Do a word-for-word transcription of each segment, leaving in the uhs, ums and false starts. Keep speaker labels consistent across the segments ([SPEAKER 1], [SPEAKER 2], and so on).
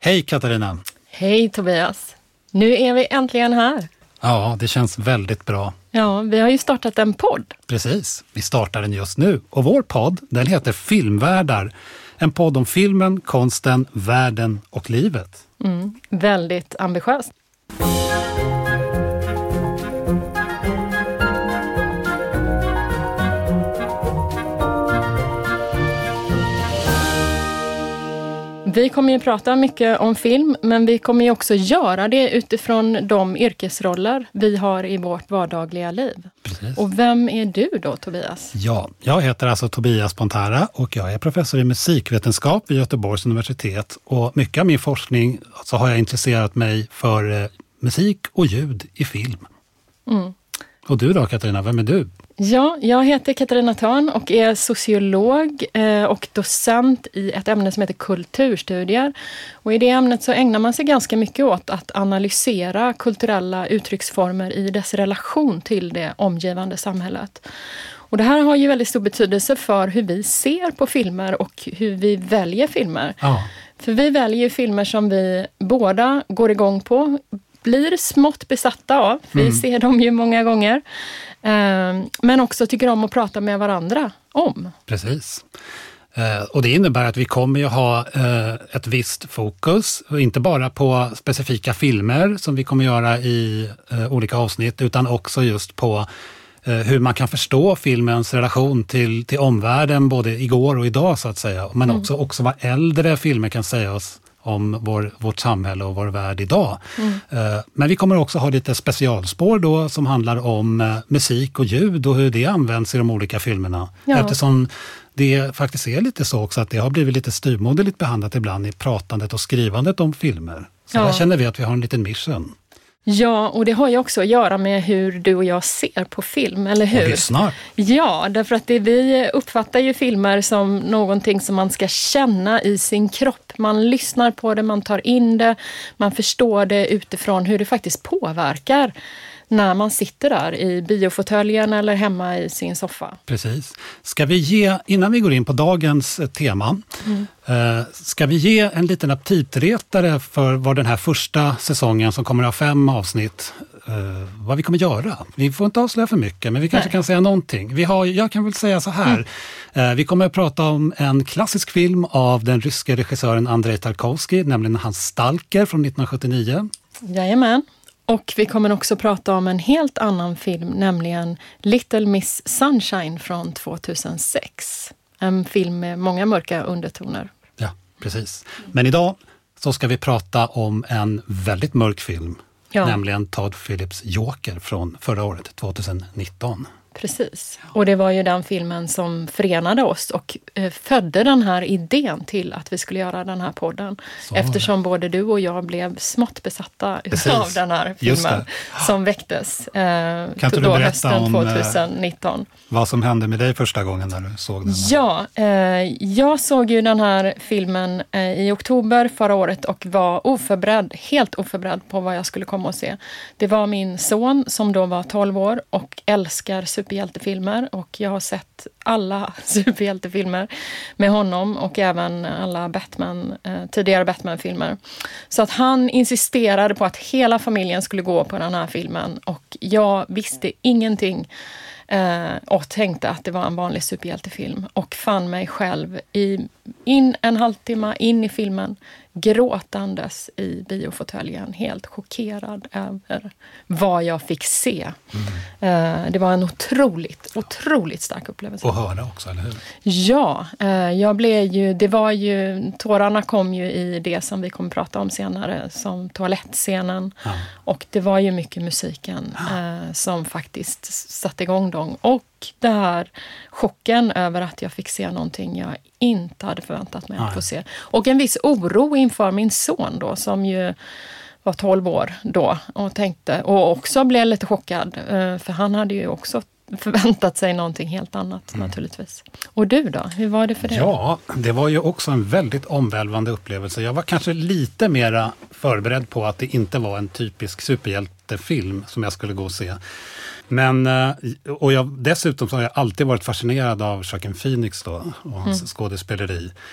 [SPEAKER 1] Hej Katarina!
[SPEAKER 2] Hej Tobias! Nu är vi äntligen här.
[SPEAKER 1] Ja, det känns väldigt bra.
[SPEAKER 2] Ja, vi har ju startat en podd.
[SPEAKER 1] Precis, vi startar den just nu. Och vår podd, den heter Filmvärdar. En podd om filmen, konsten, världen och livet.
[SPEAKER 2] Mm, väldigt ambitiöst. Vi kommer ju prata mycket om film, men vi kommer ju också göra det utifrån de yrkesroller vi har i vårt vardagliga liv.
[SPEAKER 1] Precis.
[SPEAKER 2] Och vem är du då, Tobias?
[SPEAKER 1] Ja, jag heter alltså Tobias Pontara och jag är professor i musikvetenskap vid Göteborgs universitet. Och mycket av min forskning så har jag intresserat mig för eh, musik och ljud i film.
[SPEAKER 2] Mm.
[SPEAKER 1] Och du då Katarina, vem är du?
[SPEAKER 2] Ja, jag heter Katarina Törn och är sociolog eh, och docent i ett ämne som heter kulturstudier. Och i det ämnet så ägnar man sig ganska mycket åt att analysera kulturella uttrycksformer i dess relation till det omgivande samhället. Och det här har ju väldigt stor betydelse för hur vi ser på filmer och hur vi väljer filmer. Ja. För vi väljer ju filmer som vi båda går igång på, blir smått besatta av. Vi mm. ser dem ju många gånger. Eh, men också tycker om att prata med varandra om.
[SPEAKER 1] Precis. Eh, och det innebär att vi kommer ju ha eh, ett visst fokus. Och inte bara på specifika filmer som vi kommer göra i eh, olika avsnitt. Utan också just på eh, hur man kan förstå filmens relation till, till omvärlden. Både igår och idag så att säga. Men mm. också, också vad äldre filmer kan säga oss om vår, vårt samhälle och vår värld idag. Mm. Men vi kommer också ha lite specialspår då som handlar om musik och ljud och hur det används i de olika filmerna. Ja. Eftersom det faktiskt är lite så också att det har blivit lite styvmoderligt behandlat ibland i pratandet och skrivandet om filmer. Så ja. Där känner vi att vi har en liten mission.
[SPEAKER 2] Ja, och det har ju också att göra med hur du och jag ser på film, eller hur?
[SPEAKER 1] Och lyssnar.
[SPEAKER 2] Ja, därför att det, vi uppfattar ju filmer som någonting som man ska känna i sin kropp. Man lyssnar på det, man tar in det, man förstår det utifrån hur det faktiskt påverkar när man sitter där i biofåtöljen eller hemma i sin soffa.
[SPEAKER 1] Precis. Ska vi ge, innan vi går in på dagens tema, mm. eh, ska vi ge en liten aptitretare för vad den här första säsongen som kommer att ha fem avsnitt, eh, vad vi kommer göra. Vi får inte avslöja för mycket, men vi kanske Nej. kan säga någonting. Vi har, jag kan väl säga så här, mm. eh, vi kommer att prata om en klassisk film av den ryska regissören Andrei Tarkovsky, nämligen hans Stalker från nittonhundrasjuttionio.
[SPEAKER 2] Jajamän. Och vi kommer också prata om en helt annan film, nämligen Little Miss Sunshine från tvåtusensex. En film med många mörka undertoner.
[SPEAKER 1] Ja, precis. Men idag så ska vi prata om en väldigt mörk film, ja. nämligen Todd Phillips Joker från förra året, tjugonitton.
[SPEAKER 2] Precis. Och det var ju den filmen som förenade oss och eh, födde den här idén till att vi skulle göra den här podden. Så. Eftersom både du och jag blev smått besatta av den här filmen som väcktes eh,
[SPEAKER 1] kan inte
[SPEAKER 2] då
[SPEAKER 1] du
[SPEAKER 2] hösten
[SPEAKER 1] om,
[SPEAKER 2] tjugonitton.
[SPEAKER 1] Eh, vad som hände med dig första gången när du såg den?
[SPEAKER 2] Ja, eh, jag såg ju den här filmen eh, i oktober förra året och var oförberedd, helt oförberedd på vad jag skulle komma och se. Det var min son som då var tolv år och älskar superhjältefilmer och jag har sett alla superhjältefilmer med honom och även alla Batman, eh, tidigare Batman-filmer. Så att han insisterade på att hela familjen skulle gå på den här filmen och jag visste ingenting eh, och tänkte att det var en vanlig superhjältefilm och fann mig själv i, in en halvtimme in i filmen gråtandes i biofåtöljen, helt chockerad över vad jag fick se. Mm. Det var en otroligt, otroligt stark upplevelse.
[SPEAKER 1] Och höra också, eller hur?
[SPEAKER 2] Ja, jag blev ju, det var ju, tårarna kom ju i det som vi kommer prata om senare, som toalettscenen. Ja. Och det var ju mycket musiken ja. som faktiskt satte igång dem. Och det här chocken över att jag fick se någonting jag inte hade förväntat mig att få se. Och en viss oro inför min son då, som ju var tolv år då och tänkte, och också blev lite chockad, för han hade ju också förväntat sig någonting helt annat mm. naturligtvis. Och du då? Hur var det för dig?
[SPEAKER 1] Ja, det var ju också en väldigt omvälvande upplevelse. Jag var kanske lite mera förberedd på att det inte var en typisk superhjältefilm som jag skulle gå och se. Men, och jag, dessutom så har jag alltid varit fascinerad av Joaquin Phoenix då, och hans mm. skådespeleri.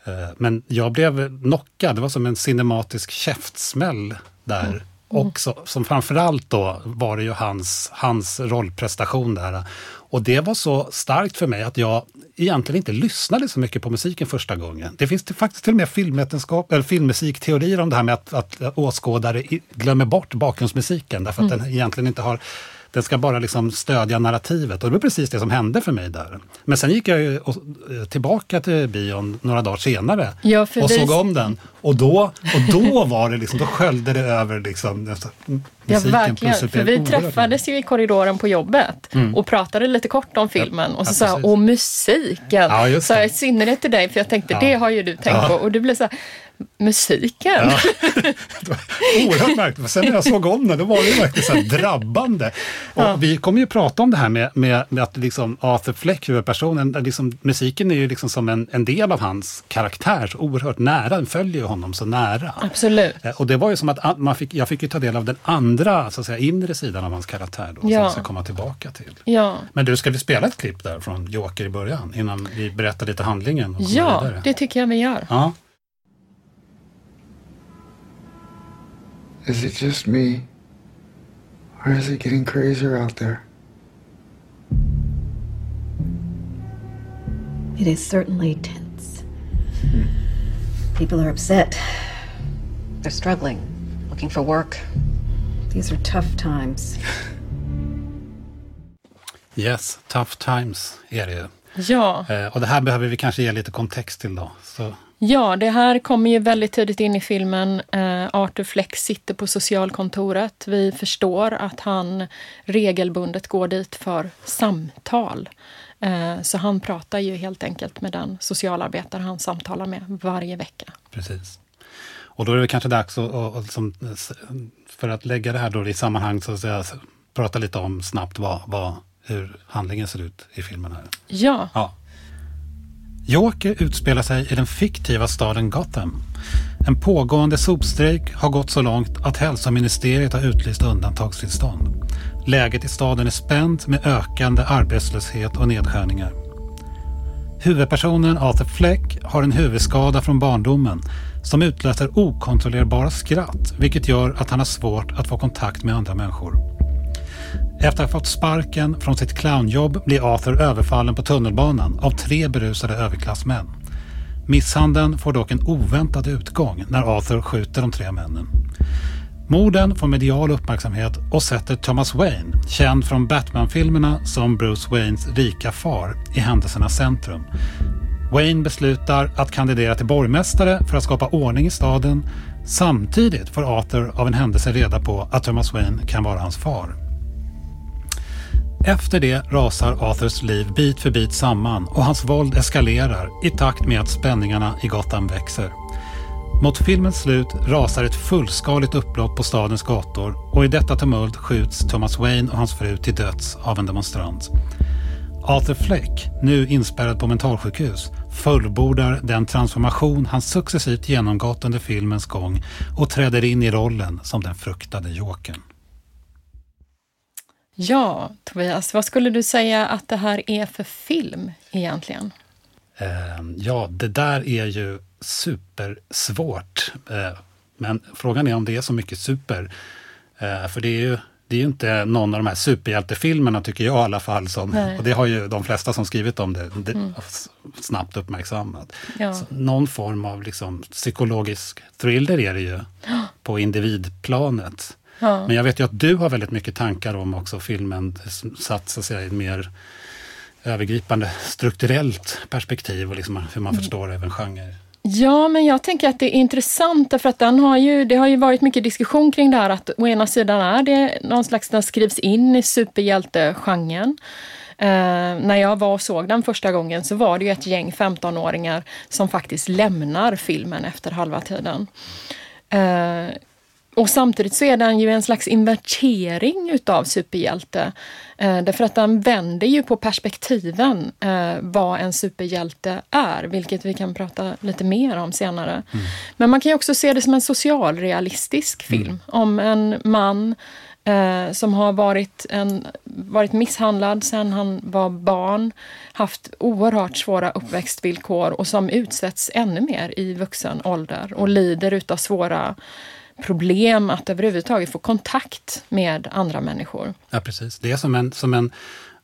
[SPEAKER 1] Men jag blev knockad, det var som en cinematisk käftsmäll där. Mm. Och så, som framförallt då var det ju hans, hans rollprestation där. Och det var så starkt för mig att jag egentligen inte lyssnade så mycket på musiken första gången. Det finns faktiskt till och med filmvetenskap eller filmmusikteorier om det här med att, att åskådare glömmer bort bakgrundsmusiken därför att mm. den egentligen inte har... Den ska bara liksom stödja narrativet. Och det var precis det som hände för mig där. Men sen gick jag ju tillbaka till bion några dagar senare.
[SPEAKER 2] Ja,
[SPEAKER 1] och
[SPEAKER 2] vi...
[SPEAKER 1] såg om den. Och då, och då var det liksom, då sköljde det över liksom, musiken.
[SPEAKER 2] Ja, verkligen. För vi träffades ju i korridoren på jobbet. Mm. Och pratade lite kort om filmen. Ja, och så ja, sa jag, och musiken. Ja, just det. Så jag i synnerhet till dig. För jag tänkte, ja. det har ju du tänkt ja. på. Och du blev så här... Musiken. Ja.
[SPEAKER 1] Det var oerhört märkligt. För sen när jag såg om det, då var det verkligen så här drabbande. Och ja. vi kommer ju prata om det här med, med, med att liksom Arthur Fleck, huvudpersonen, liksom, musiken är ju liksom som en, en del av hans karaktär, så oerhört nära, den följer ju honom så nära.
[SPEAKER 2] Absolut.
[SPEAKER 1] Och det var ju som att man fick, jag fick ju ta del av den andra, så att säga, inre sidan av hans karaktär då, ja. som vi ska komma tillbaka till.
[SPEAKER 2] Ja.
[SPEAKER 1] Men du, ska vi spela ett klipp där från Joker i början, innan vi berättar lite handlingen? Och
[SPEAKER 2] ja,
[SPEAKER 1] vidare?
[SPEAKER 2] Det tycker jag vi gör.
[SPEAKER 1] Ja.
[SPEAKER 3] Is it just me? Or is it getting crazier out there?
[SPEAKER 4] It is certainly tense. Hmm. People are upset. They're struggling, looking for work. These are tough times.
[SPEAKER 1] Yes, tough times är det ju.
[SPEAKER 2] Ja.
[SPEAKER 1] Eh, och det här behöver vi kanske ge lite kontext till då. Så.
[SPEAKER 2] Ja, det här kommer ju väldigt tidigt in i filmen. Eh, Arthur Fleck sitter på socialkontoret. Vi förstår att han regelbundet går dit för samtal. Eh, så han pratar ju helt enkelt med den socialarbetare han samtalar med varje vecka.
[SPEAKER 1] Precis. Och då är det kanske dags att, och, och, som, för att lägga det här då i sammanhang så att säga, prata lite om snabbt vad, vad, hur handlingen ser ut i filmen här.
[SPEAKER 2] Ja.
[SPEAKER 1] Ja. Joker utspelar sig i den fiktiva staden Gotham. En pågående sopstrejk har gått så långt att hälsoministeriet har utlyst undantagstillstånd. Läget i staden är spänt med ökande arbetslöshet och nedskärningar. Huvudpersonen Arthur Fleck har en huvudskada från barndomen som utlöser okontrollerbara skratt, vilket gör att han har svårt att få kontakt med andra människor. Efter att ha fått sparken från sitt clownjobb blir Arthur överfallen på tunnelbanan av tre berusade överklassmän. Misshandeln får dock en oväntad utgång när Arthur skjuter de tre männen. Morden får medial uppmärksamhet och sätter Thomas Wayne, känd från Batman-filmerna som Bruce Waynes rika far, i händelsernas centrum. Wayne beslutar att kandidera till borgmästare för att skapa ordning i staden. Samtidigt får Arthur av en händelse reda på att Thomas Wayne kan vara hans far. Efter det rasar Arthurs liv bit för bit samman och hans våld eskalerar i takt med att spänningarna i Gotham växer. Mot filmens slut rasar ett fullskaligt upplopp på stadens gator och i detta tumult skjuts Thomas Wayne och hans fru till döds av en demonstrant. Arthur Fleck, nu inspärrad på mentalsjukhus, fullbordar den transformation han successivt genomgått under filmens gång och träder in i rollen som den fruktade Jokern.
[SPEAKER 2] Ja, Tobias, vad skulle du säga att det här är för film egentligen?
[SPEAKER 1] Eh, ja, det där är ju supersvårt. Eh, men frågan är om det är så mycket super. Eh, för det är ju det är ju inte någon av de här superhjältefilmerna, tycker jag i alla fall. Som, och det har ju de flesta som skrivit om det, det mm. snabbt uppmärksammat. Ja. Så någon form av liksom psykologisk thriller är det ju på individplanet. Ja. Men jag vet ju att du har väldigt mycket tankar om också filmen satt så att säga i ett mer övergripande strukturellt perspektiv och liksom hur man förstår även genre.
[SPEAKER 2] Ja, men jag tänker att det är intressant därför att den har ju, det har ju varit mycket diskussion kring det här att å ena sidan är det någon slags, den skrivs in i superhjältegenren. Eh, när jag var och såg den första gången så var det ju ett gäng femtonåringar som faktiskt lämnar filmen efter halva tiden. Eh, Och samtidigt så är den ju en slags invertering utav superhjälte. Eh, därför att den vänder ju på perspektiven eh, vad en superhjälte är. Vilket vi kan prata lite mer om senare. Mm. Men man kan ju också se det som en socialrealistisk film. Mm. Om en man eh, som har varit, en, varit misshandlad sedan han var barn, haft oerhört svåra uppväxtvillkor och som utsätts ännu mer i vuxen ålder och lider utav svåra problem att överhuvudtaget få kontakt med andra människor.
[SPEAKER 1] Ja, precis. Det är som en, som en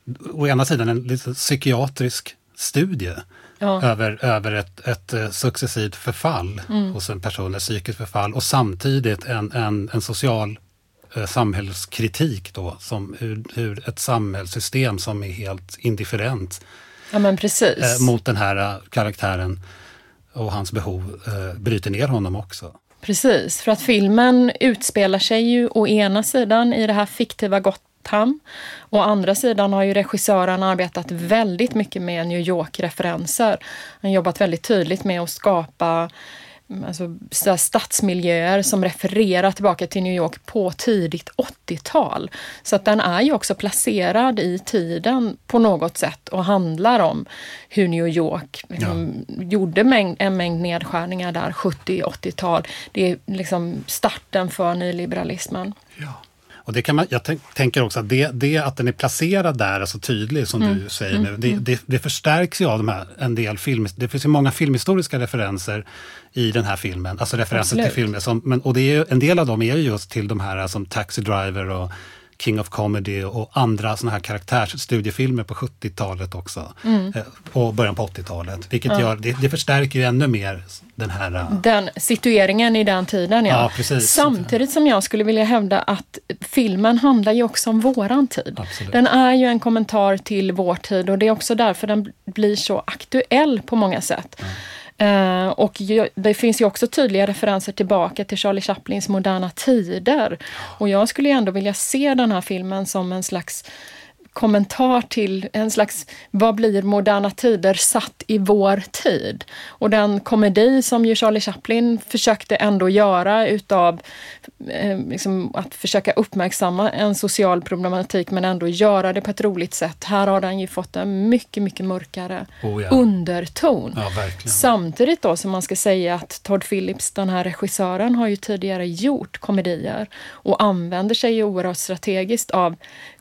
[SPEAKER 1] å ena sidan en lite psykiatrisk studie ja. över, över ett, ett successivt förfall mm. hos en person, ett psykiskt förfall, och samtidigt en, en, en social eh, samhällskritik då, som hur, hur ett samhällssystem som är helt indifferent
[SPEAKER 2] ja, men precis.
[SPEAKER 1] Eh, mot den här uh, karaktären och hans behov eh, bryter ner honom också.
[SPEAKER 2] Precis, för att filmen utspelar sig ju å ena sidan i det här fiktiva Gotham. Å andra sidan har ju regissören arbetat väldigt mycket med New York-referenser. Han har jobbat väldigt tydligt med att skapa alltså, stadsmiljöer som refererar tillbaka till New York på tidigt åttiotal. Så att den är ju också placerad i tiden på något sätt och handlar om hur New York liksom, ja. gjorde mängd, en mängd nedskärningar där sjuttio-åttiotal. Det är liksom starten för nyliberalismen.
[SPEAKER 1] Ja. Och det kan man, jag tänk, tänker också att det, det att den är placerad där är så tydlig som mm. du säger mm. nu. Det, det, det förstärks ju av de här, en del film. Det finns ju många filmhistoriska referenser i den här filmen. Alltså referenser Absolut. till filmer. Som, men, och det är, en del av dem är ju just till de här som Taxi Driver och King of Comedy och andra såna här karaktärsstudiefilmer på sjuttiotalet också. Mm. Och början på åttiotalet. Vilket ja. gör, det, det förstärker ju ännu mer den här...
[SPEAKER 2] Den situeringen i den tiden, ja.
[SPEAKER 1] ja precis.
[SPEAKER 2] Samtidigt som jag skulle vilja hävda att filmen handlar ju också om våran tid.
[SPEAKER 1] Absolut.
[SPEAKER 2] Den är ju en kommentar till vår tid och det är också därför den blir så aktuell på många sätt. Mm. Uh, och ju, det finns ju också tydliga referenser tillbaka till Charlie Chaplins moderna tider. Och jag skulle ju ändå vilja se den här filmen som en slags kommentar till en slags, vad blir moderna tider satt i vår tid? Och den komedi som ju Charlie Chaplin försökte ändå göra utav eh, liksom att försöka uppmärksamma en social problematik men ändå göra det på ett roligt sätt. Här har den ju fått en mycket, mycket mörkare
[SPEAKER 1] oh ja.
[SPEAKER 2] underton.
[SPEAKER 1] Ja, verkligen.
[SPEAKER 2] Samtidigt då som man ska säga att Todd Phillips, den här regissören, har ju tidigare gjort komedier och använder sig ju oerhört strategiskt av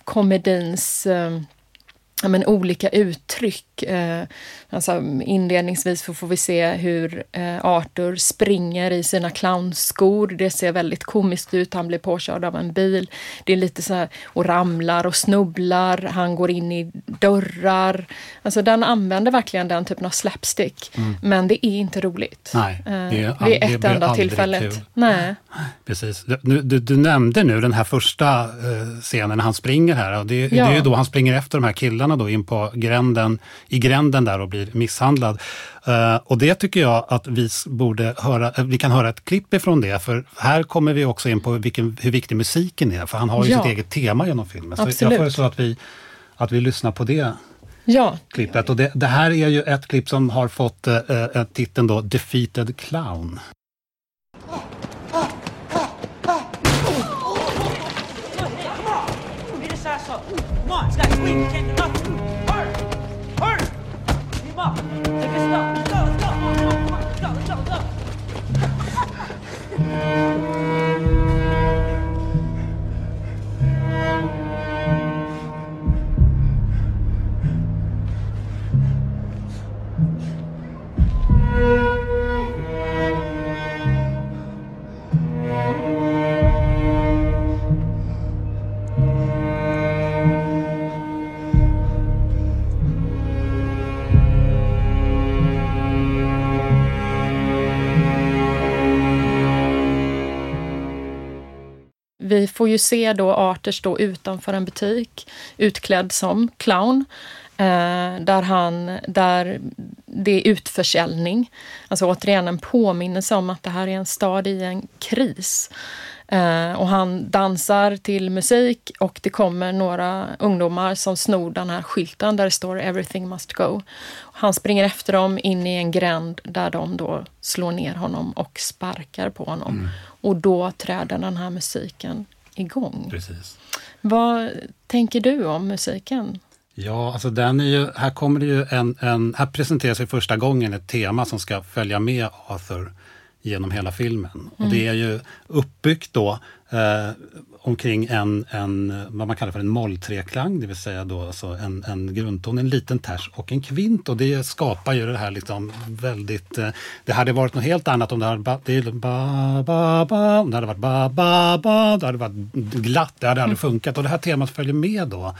[SPEAKER 2] komedins eh, ja, men olika uttryck. Eh, alltså inledningsvis får vi se hur eh, Arthur springer i sina clownskor. Det ser väldigt komiskt ut. Han blir påkörd av en bil. Det är lite så här, och ramlar och snubblar. Han går in i dörrar. Alltså den använder verkligen den typen av slapstick. Mm. Men det är inte roligt.
[SPEAKER 1] Nej, det är,
[SPEAKER 2] eh, det är ett
[SPEAKER 1] det
[SPEAKER 2] enda tillfället. Kul. Nej.
[SPEAKER 1] Precis. Du, du, du nämnde nu den här första eh, scenen när han springer här. Och det, ja. det är ju då han springer efter de här killarna då in på gränden, i gränden där och blir misshandlad. Uh, och det tycker jag att vi borde höra, vi kan höra ett klipp ifrån det, för här kommer vi också in på vilken, hur viktig musiken är, för han har ju ja. sitt eget tema genom filmen. Så
[SPEAKER 2] Absolut.
[SPEAKER 1] jag föreslår att vi, att vi lyssnar på det
[SPEAKER 2] ja.
[SPEAKER 1] klippet. Och det, det här är ju ett klipp som har fått uh, uh, titeln då Defeated Clown.
[SPEAKER 2] Vi får ju se då Arthur stå utanför en butik utklädd som clown. Eh, där, han, där det är utförsäljning. Alltså återigen en påminnelse om att det här är en stad i en kris. Eh, och han dansar till musik och det kommer några ungdomar som snor den här skylten där det står Everything must go. Han springer efter dem in i en gränd där de då slår ner honom och sparkar på honom. Mm. Och då träder den här musiken igång.
[SPEAKER 1] Precis.
[SPEAKER 2] Vad tänker du om musiken?
[SPEAKER 1] Ja, alltså den är ju, här kommer det ju en, en, här presenteras för första gången ett tema som ska följa med Arthur genom hela filmen. Mm. Och det är ju uppbyggt då eh, omkring en, en, vad man kallar för en molltreklang, det vill säga då alltså en, en grundton, en liten ters och en kvint. Och det skapar ju det här liksom väldigt, eh, det hade varit något helt annat om det hade, ba, det, ba, ba, ba, om det hade varit ba, ba, ba, det hade varit glatt, det hade aldrig funkat. Och det här temat följer med då.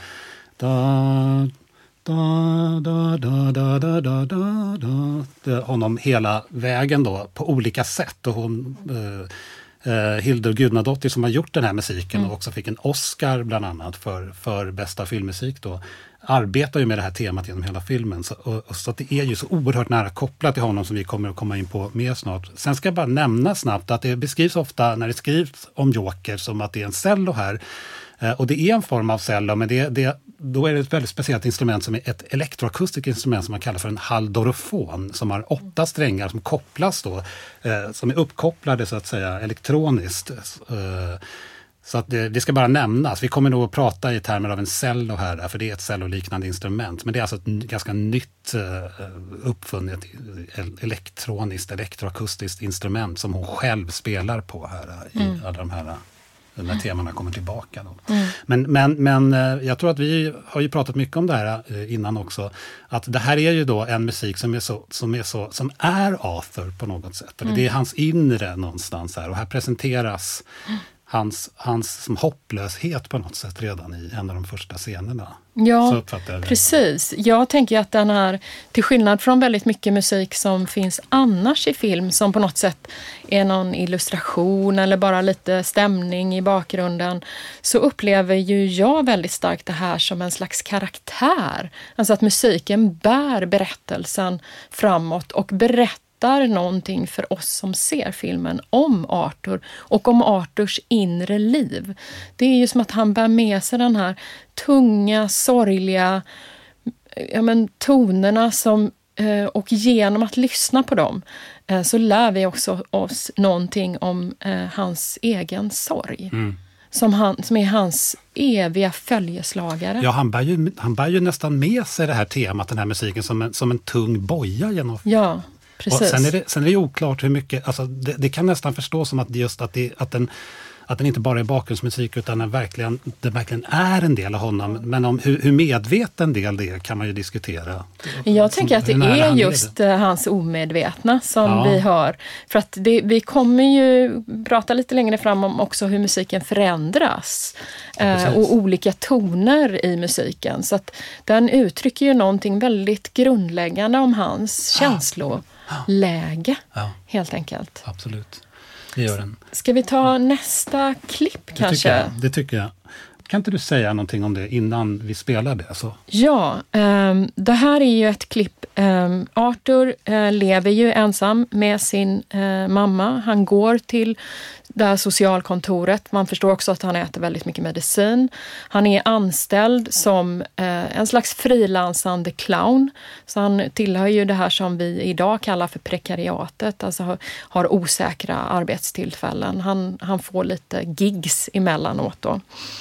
[SPEAKER 1] Da, Da, da, da, da, da, da, da, da. Det, honom hela vägen då på olika sätt. Och hon, eh, eh, Hildur Gudnadottir som har gjort den här musiken mm. och också fick en Oscar bland annat för, för bästa filmmusik då, arbetar ju med det här temat genom hela filmen. Så, och, och så att det är ju så oerhört nära kopplat till honom som vi kommer att komma in på mer snart. Sen ska jag bara nämna snabbt att det beskrivs ofta när det skrivs om Joker som att det är en cello här. Eh, och det är en form av cello, men det, det då är det ett väldigt speciellt instrument som är ett elektroakustiskt instrument som man kallar för en haldorofon som har åtta strängar som kopplas då, eh, som är uppkopplade så att säga elektroniskt. Eh, så att det, det ska bara nämnas. Vi kommer nog att prata i termer av en cello här, för det är ett celloliknande instrument. Men det är alltså ett ganska nytt eh, uppfunnet elektroniskt, elektroakustiskt instrument som hon själv spelar på här i mm. alla de här när temana kommer tillbaka. Då. Mm. Men, men, men jag tror att vi har ju pratat mycket om det här innan också. Att det här är ju då en musik som är, så, som är, så, som är Arthur på något sätt. Mm. Det är hans inre någonstans här. Och här presenteras mm. hans, hans som hopplöshet på något sätt redan i en av de första scenerna.
[SPEAKER 2] Ja, jag precis. Jag tänker att den här, till skillnad från väldigt mycket musik som finns annars i film, som på något sätt är någon illustration eller bara lite stämning i bakgrunden, så upplever ju jag väldigt starkt det här som en slags karaktär. Alltså att musiken bär berättelsen framåt och berättar någonting för oss som ser filmen om Arthur och om Arthurs inre liv. Det är ju som att han bär med sig den här tunga, sorgliga ja men, tonerna som, och genom att lyssna på dem så lär vi också oss någonting om hans egen sorg. Mm. Som, han, som är hans eviga följeslagare.
[SPEAKER 1] Ja, han bär, ju, han bär ju nästan med sig det här temat, den här musiken, som en, som en tung boja genom.
[SPEAKER 2] Ja. Precis.
[SPEAKER 1] Och sen är det, sen är det oklart hur mycket, alltså det, det kan nästan förstås som att just att, det, att, den, att den inte bara är bakgrundsmusik utan den verkligen, den verkligen är en del av honom. Men om hur, hur medveten del det är kan man ju diskutera.
[SPEAKER 2] Jag tänker att det är just är det. hans omedvetna som ja. vi hör. För att det, vi kommer ju prata lite längre fram om också hur musiken förändras. Ja, eh, och olika toner i musiken. Så att den uttrycker ju någonting väldigt grundläggande om hans ja. känslor. Läge, ja. helt enkelt.
[SPEAKER 1] Absolut, det gör den.
[SPEAKER 2] Ska vi ta nästa klipp det kanske?
[SPEAKER 1] Tycker jag, det tycker jag. Kan inte du säga någonting om det innan vi spelar det? Så?
[SPEAKER 2] Ja, um, det här är ju ett klipp. Um, Arthur uh, lever ju ensam med sin uh, mamma. Han går till det här socialkontoret. Man förstår också att han äter väldigt mycket medicin. Han är anställd som uh, en slags frilansande clown. Så han tillhör ju det här som vi idag kallar för prekariatet. Alltså har, har osäkra arbetstillfällen. Han, han får lite gigs emellanåt då.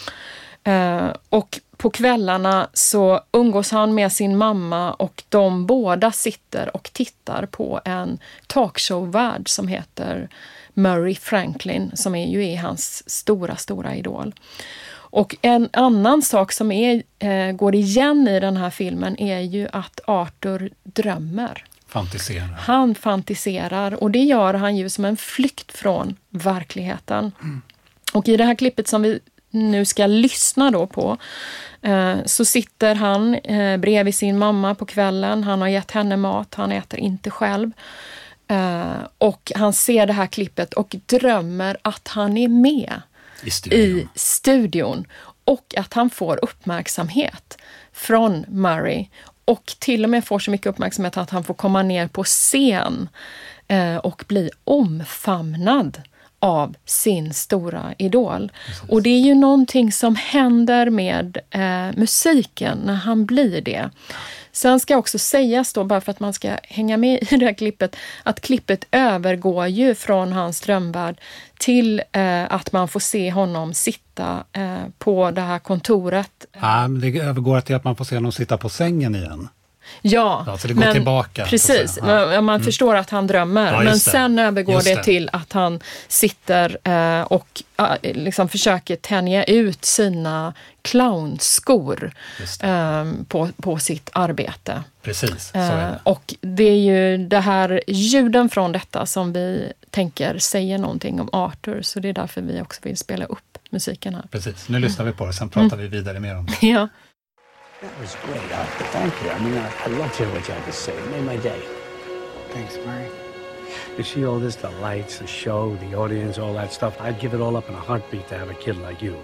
[SPEAKER 2] Uh, och på kvällarna så umgås han med sin mamma och de båda sitter och tittar på en talkshow-värd som heter Murray Franklin, som är ju är hans stora, stora idol. Och en annan sak som är, uh, går igen i den här filmen är ju att Arthur drömmer.
[SPEAKER 1] Fantiserar.
[SPEAKER 2] Han fantiserar och det gör han ju som en flykt från verkligheten. Mm. Och i det här klippet som vi nu ska lyssna då på eh, så sitter han eh, bredvid sin mamma på kvällen. Han har gett henne mat, han äter inte själv. Eh, och han ser det här klippet och drömmer att han är med
[SPEAKER 1] i studion.
[SPEAKER 2] i studion. Och att han får uppmärksamhet från Murray. Och till och med får så mycket uppmärksamhet att han får komma ner på scen eh, och bli omfamnad av sin stora idol. Precis. Och det är ju någonting som händer med eh, musiken när han blir det. Sen ska också sägas då, bara för att man ska hänga med i det här klippet, att klippet övergår ju från hans drömvärld till eh, att man får se honom sitta eh, på det här kontoret.
[SPEAKER 1] Ja, men det övergår till att man får se honom sitta på sängen igen.
[SPEAKER 2] Ja,
[SPEAKER 1] ja, så det går
[SPEAKER 2] men,
[SPEAKER 1] tillbaka.
[SPEAKER 2] Precis,
[SPEAKER 1] ja.
[SPEAKER 2] man, man
[SPEAKER 1] mm.
[SPEAKER 2] förstår att han drömmer.
[SPEAKER 1] Ja,
[SPEAKER 2] men sen övergår det.
[SPEAKER 1] det
[SPEAKER 2] till att han sitter eh, och eh, liksom försöker tänja ut sina clownskor eh, på, på sitt arbete.
[SPEAKER 1] Precis, så är det.
[SPEAKER 2] Eh, och det är ju det här ljuden från detta som vi tänker säger någonting om Arthur. Så det är därför vi också vill spela upp musiken här.
[SPEAKER 1] Precis, nu lyssnar vi på det, sen pratar mm. vi vidare mer om det.
[SPEAKER 2] Ja.
[SPEAKER 5] That was great, Arthur. Thank you. I mean, I, I loved hearing what you had to say. It made my day.
[SPEAKER 3] Thanks, Murray.
[SPEAKER 5] You see all this, the lights, the show, the audience, all that stuff. I'd give it all up in a heartbeat to have a kid like you.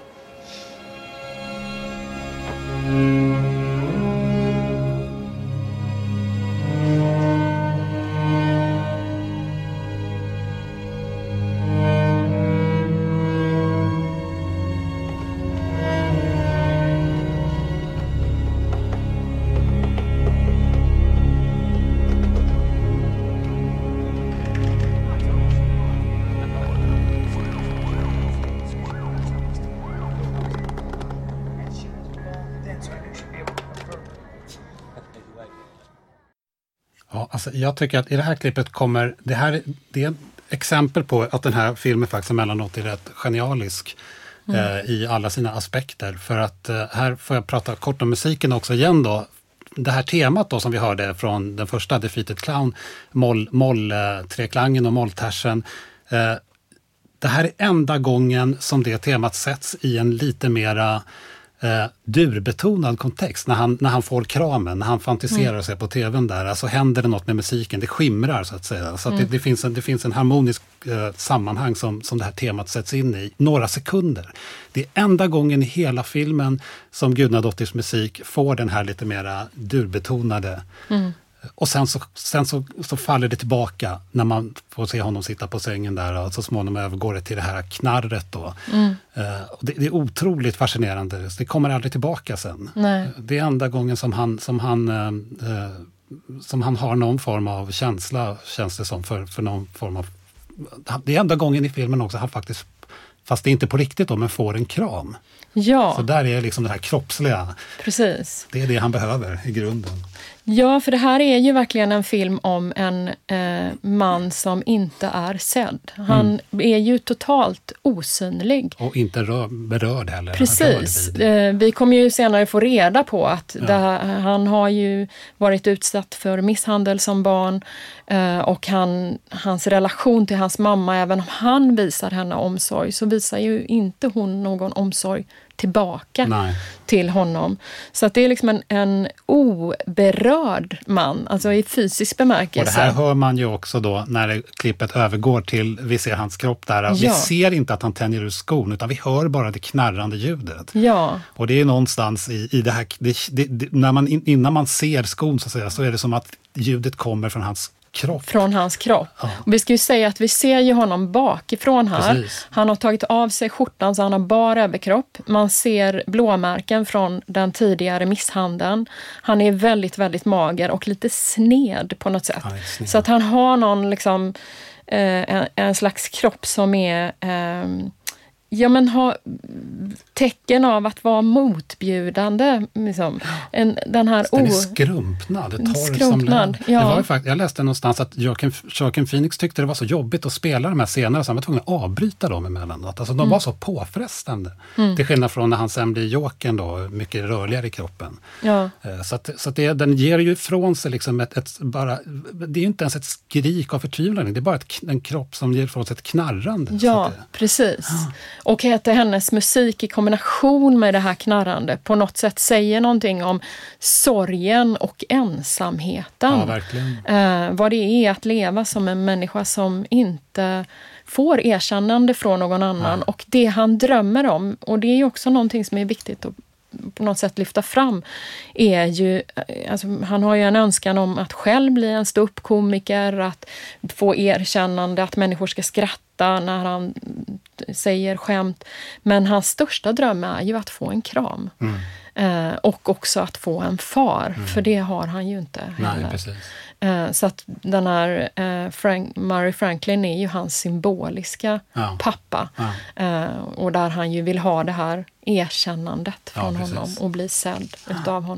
[SPEAKER 1] Ja, alltså jag tycker att i det här klippet kommer, det här det är ett exempel på att den här filmen faktiskt emellanåt är rätt genialisk mm. eh, i alla sina aspekter. För att eh, här får jag prata kort om musiken också igen då. Det här temat då som vi hörde från den första Defeated Clown, moll, moll eh, treklangen och molltersen. Eh, det här är enda gången som det temat sätts i en lite mera Eh, durbetonad kontext när han, när han får kramen, när han fantiserar mm. sig på tvn där, alltså händer det något med musiken, det skimrar så att säga, så att mm. det, det, finns en, det finns en harmonisk eh, sammanhang som, som det här temat sätts in i, några sekunder. Det är enda gången i hela filmen som Guðnadóttirs musik får den här lite mera durbetonade mm. och sen, så, sen så, så faller det tillbaka när man får se honom sitta på sängen där och så småningom övergår det till det här knarret då. Mm. Uh, och det, det är otroligt fascinerande. Det kommer aldrig tillbaka sen.
[SPEAKER 2] Nej.
[SPEAKER 1] Det är enda gången som han, som han, uh, uh, som han har någon form av känsla, känns det som, för, för någon form av... Det är enda gången i filmen också han faktiskt, fast det är inte på riktigt då, men får en kram.
[SPEAKER 2] Ja.
[SPEAKER 1] Så där är liksom det här kroppsliga.
[SPEAKER 2] Precis.
[SPEAKER 1] Det är det han behöver i grunden.
[SPEAKER 2] Ja, för det här är ju verkligen en film om en eh, man som inte är sedd. Han mm. är ju totalt osynlig.
[SPEAKER 1] Och inte rör, berörd heller.
[SPEAKER 2] Precis. Eh, vi kommer ju senare få reda på att ja. det här, han har ju varit utsatt för misshandel som barn. Eh, och han, hans relation till hans mamma, även om han visar henne omsorg, så visar ju inte hon någon omsorg tillbaka Nej. till honom. Så att det är liksom en, en oberörd man, alltså i fysisk bemärkelse.
[SPEAKER 1] Och det här hör man ju också då när det, klippet övergår till, vi ser hans kropp där. Ja. Vi ser inte att han tänjer ur skon, utan vi hör bara det knarrande ljudet.
[SPEAKER 2] Ja.
[SPEAKER 1] Och det är någonstans i, i det här, det, det, det, när man, innan man ser skon så att säga, så är det som att ljudet kommer från hans kropp.
[SPEAKER 2] Från hans kropp.
[SPEAKER 1] Ja.
[SPEAKER 2] Och vi ska ju säga att vi ser ju honom bakifrån här.
[SPEAKER 1] Precis.
[SPEAKER 2] Han har tagit av sig skjortan så han har bara överkropp. Man ser blåmärken från den tidigare misshandeln. Han är väldigt, väldigt mager och lite sned på något sätt. Ja, så att han har någon liksom eh, en, en slags kropp som är eh, ja, men ha tecken av att vara motbjudande. Liksom. En, den här
[SPEAKER 1] den är
[SPEAKER 2] o-
[SPEAKER 1] skrumpnad. Det tar
[SPEAKER 2] skrumpnad,
[SPEAKER 1] som
[SPEAKER 2] ja.
[SPEAKER 1] Det var ju faktiskt, jag läste någonstans att Joaquin, Joaquin Phoenix tyckte det var så jobbigt att spela de här scenerna så han var tvungen att avbryta dem emellanåt. Alltså de mm. var så påfrestande. Mm. Till skillnad från när han sen blir Jokern då, mycket rörligare i kroppen.
[SPEAKER 2] Ja.
[SPEAKER 1] Så, att, så att det, den ger ju ifrån sig liksom ett, ett bara, det är ju inte ens ett skrik av förtvivlan, det är bara ett, en kropp som ger ifrån sig ett knarrande.
[SPEAKER 2] Ja,
[SPEAKER 1] det,
[SPEAKER 2] precis. Ja. Och heter hennes musik i kombination med det här knarrande på något sätt säger någonting om sorgen och ensamheten.
[SPEAKER 1] Ja, verkligen.
[SPEAKER 2] Eh, vad det är att leva som en människa som inte får erkännande från någon annan. Ja. Och det han drömmer om, och det är ju också någonting som är viktigt att på något sätt lyfta fram, är ju, alltså, han har ju en önskan om att själv bli en ståuppkomiker, att få erkännande, att människor ska skratta när han säger skämt. Men hans största dröm är ju att få en kram. Mm. Eh, och också att få en far, mm. för det har han ju inte heller.
[SPEAKER 1] Nej, precis.
[SPEAKER 2] Eh, så att den här eh, Frank, Murray Franklin är ju hans symboliska ja. pappa. Ja. Eh, och där han ju vill ha det här erkännandet från ja, honom och bli sedd utav honom.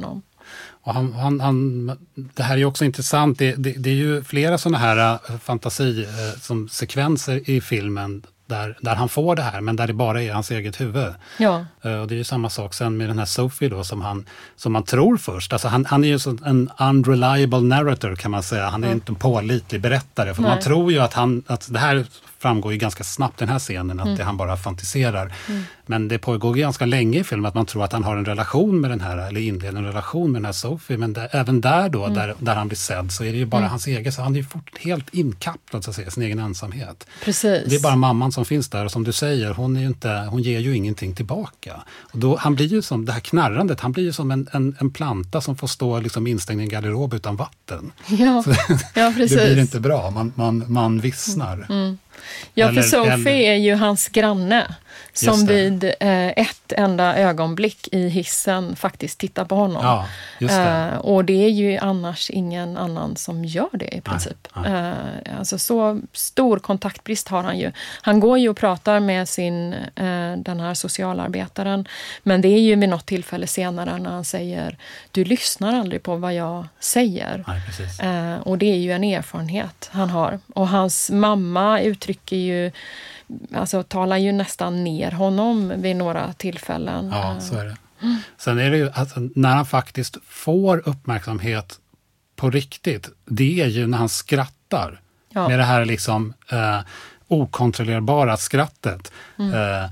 [SPEAKER 1] Och han, han, han, det här är ju också intressant. Det, det, det är ju flera sådana här fantasi eh, som sekvenser i filmen där, där han får det här, men där det bara är hans eget huvud.
[SPEAKER 2] Ja.
[SPEAKER 1] Uh, och det är ju samma sak sen med den här Sophie då, som han, som man tror först. Alltså han, han är ju så en unreliable narrator kan man säga. Han är ju mm. inte en pålitlig berättare. För Nej. man tror ju att han, att det här framgår ju ganska snabbt den här scenen, att mm. det han bara fantiserar. Mm. Men det pågår ganska länge i filmen att man tror att han har en relation med den här, eller inleder en relation med den här Sophie. Men det, även där då, mm. där, där han blir sedd, så är det ju bara mm. hans egen, så han är ju fort, helt inkapslad så att säga, sin egen ensamhet.
[SPEAKER 2] Precis.
[SPEAKER 1] Det är bara mamman som finns där, och som du säger, hon, är ju inte, hon ger ju ingenting tillbaka. Och då, han blir ju som, det här knarrandet, han blir ju som en, en, en planta som får stå liksom instängd i en garderob utan vatten.
[SPEAKER 2] Ja, ja precis.
[SPEAKER 1] Det blir inte bra, man, man, man vissnar.
[SPEAKER 2] Mm. Ja, för Sophie eller... är ju hans granne som vid eh, ett enda ögonblick i hissen faktiskt tittar på honom.
[SPEAKER 1] Ja, just det.
[SPEAKER 2] Eh, och det är ju annars ingen annan som gör det i princip. Nej, nej. Eh, alltså så stor kontaktbrist har han ju. Han går ju och pratar med sin, eh, den här socialarbetaren, men det är ju vid något tillfälle senare när han säger, du lyssnar aldrig på vad jag säger.
[SPEAKER 1] Nej, precis.
[SPEAKER 2] Eh, och det är ju en erfarenhet han har. Och hans mamma uttrycker ju, alltså talar ju nästan ner honom vid några tillfällen.
[SPEAKER 1] Ja, så är det. Mm. Sen är det ju, alltså, när han faktiskt får uppmärksamhet på riktigt, det är ju när han skrattar. Ja. Med det här liksom eh, okontrollerbara skrattet. Mm. Eh,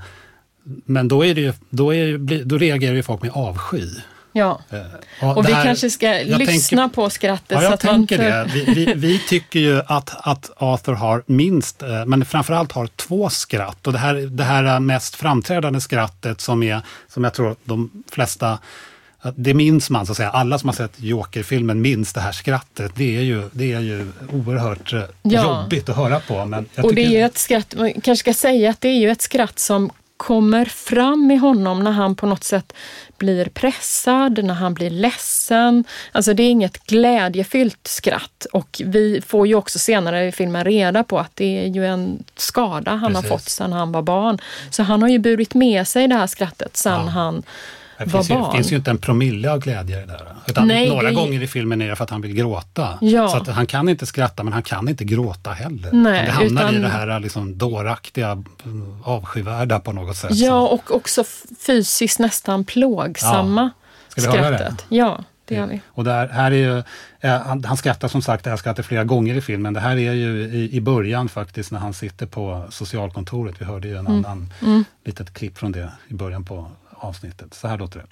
[SPEAKER 1] men då, är det ju, då, är, då reagerar ju folk med avsky.
[SPEAKER 2] Ja, och, och vi här, kanske ska lyssna
[SPEAKER 1] tänker,
[SPEAKER 2] på skrattet.
[SPEAKER 1] Ja, jag
[SPEAKER 2] så att
[SPEAKER 1] tänker
[SPEAKER 2] han...
[SPEAKER 1] det. Vi, vi, vi tycker ju att, att Arthur har minst, men framförallt har två skratt. Och det här, det här mest framträdande skrattet som är, som jag tror de flesta, det minns man så att säga. Alla som har sett Joker-filmen minns det här skrattet. Det är ju, det är ju oerhört ja. jobbigt att höra på. Men jag
[SPEAKER 2] och
[SPEAKER 1] tycker...
[SPEAKER 2] det är ju ett skratt, man kanske ska säga att det är ju ett skratt som kommer fram i honom när han på något sätt blir pressad, när han blir ledsen. Alltså det är inget glädjefyllt skratt. Och vi får ju också senare i filmen reda på att det är ju en skada han Precis. har fått sedan han var barn. Så han har ju burit med sig det här skrattet sedan ja. han
[SPEAKER 1] det
[SPEAKER 2] var
[SPEAKER 1] finns ju,
[SPEAKER 2] barn.
[SPEAKER 1] Det finns ju inte en promille av glädje i det där. Utan Nej, några det... gånger i filmen är det för att han vill gråta.
[SPEAKER 2] Ja.
[SPEAKER 1] Så att han kan inte skratta, men han kan inte gråta heller.
[SPEAKER 2] Nej,
[SPEAKER 1] det hamnar
[SPEAKER 2] utan...
[SPEAKER 1] i det här liksom dåraktiga, avskyvärda på något sätt.
[SPEAKER 2] Ja, och också fysiskt nästan plågsamma
[SPEAKER 1] ja. Ska vi
[SPEAKER 2] skrattet.
[SPEAKER 1] höra det?
[SPEAKER 2] Ja, det gör vi.
[SPEAKER 1] Och där, här är ju, eh, han, han skrattar som sagt, det här skrattar flera gånger i filmen. Det här är ju i, i början faktiskt när han sitter på socialkontoret. Vi hörde ju en mm. annan mm. litet klipp från det i början på avsnittet. Så här låter det.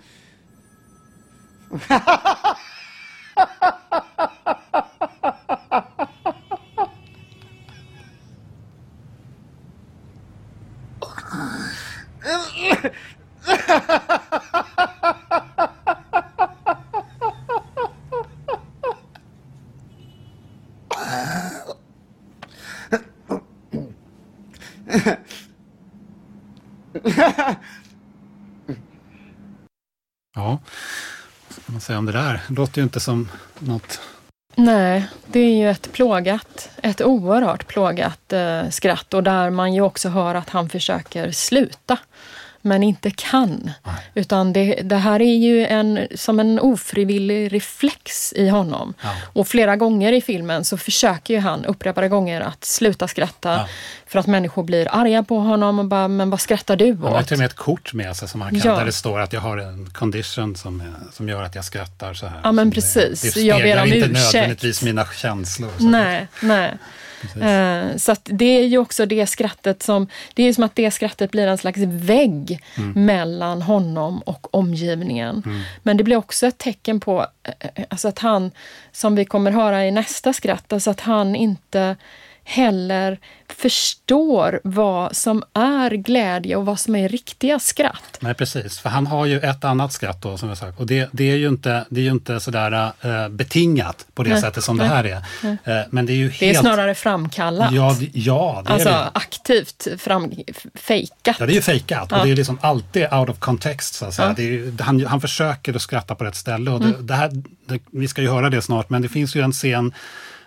[SPEAKER 1] Ja, vad ska man säga om det där? Det låter ju inte som något...
[SPEAKER 2] Nej, det är ju ett plågat, ett oerhört plågat eh, skratt. Och där man ju också hör att han försöker sluta, men inte kan. Nej. Utan det, det här är ju en, som en ofrivillig reflex i honom. Ja. Och flera gånger i filmen så försöker ju han upprepade gånger att sluta skratta. Ja. För att människor blir arga på honom och bara, men vad skrattar du åt?
[SPEAKER 1] Han har till och med ett kort med sig som han kan, ja. där det står att jag har en condition som, som gör att jag skrattar så här.
[SPEAKER 2] Ja, men precis.
[SPEAKER 1] Det, det
[SPEAKER 2] jag ber om
[SPEAKER 1] inte
[SPEAKER 2] ursäkt.
[SPEAKER 1] nödvändigtvis mina känslor. Så
[SPEAKER 2] nej, nej. Uh, så att det är ju också det skrattet som, det är som att det skrattet blir en slags vägg mm. mellan honom och omgivningen. Mm. Men det blir också ett tecken på uh, alltså att han, som vi kommer höra i nästa skratt, alltså att han inte heller förstår vad som är glädje och vad som är riktiga skratt.
[SPEAKER 1] Nej, precis. För han har ju ett annat skratt då, som jag sagt. Och det, det är ju inte, det är ju inte sådär äh, betingat på det Nej. sättet som Nej. det här är. Äh, men det är ju helt...
[SPEAKER 2] Det är snarare framkallat.
[SPEAKER 1] Ja, det, ja, det
[SPEAKER 2] alltså
[SPEAKER 1] är det.
[SPEAKER 2] aktivt fram, fejkat.
[SPEAKER 1] Ja, det är ju fejkat. Ja. Och det är liksom alltid out of context, så att säga. Ja. Det är ju, han, han försöker att skratta på rätt ställe. Och det, mm. det här, det, vi ska ju höra det snart, men det finns ju en scen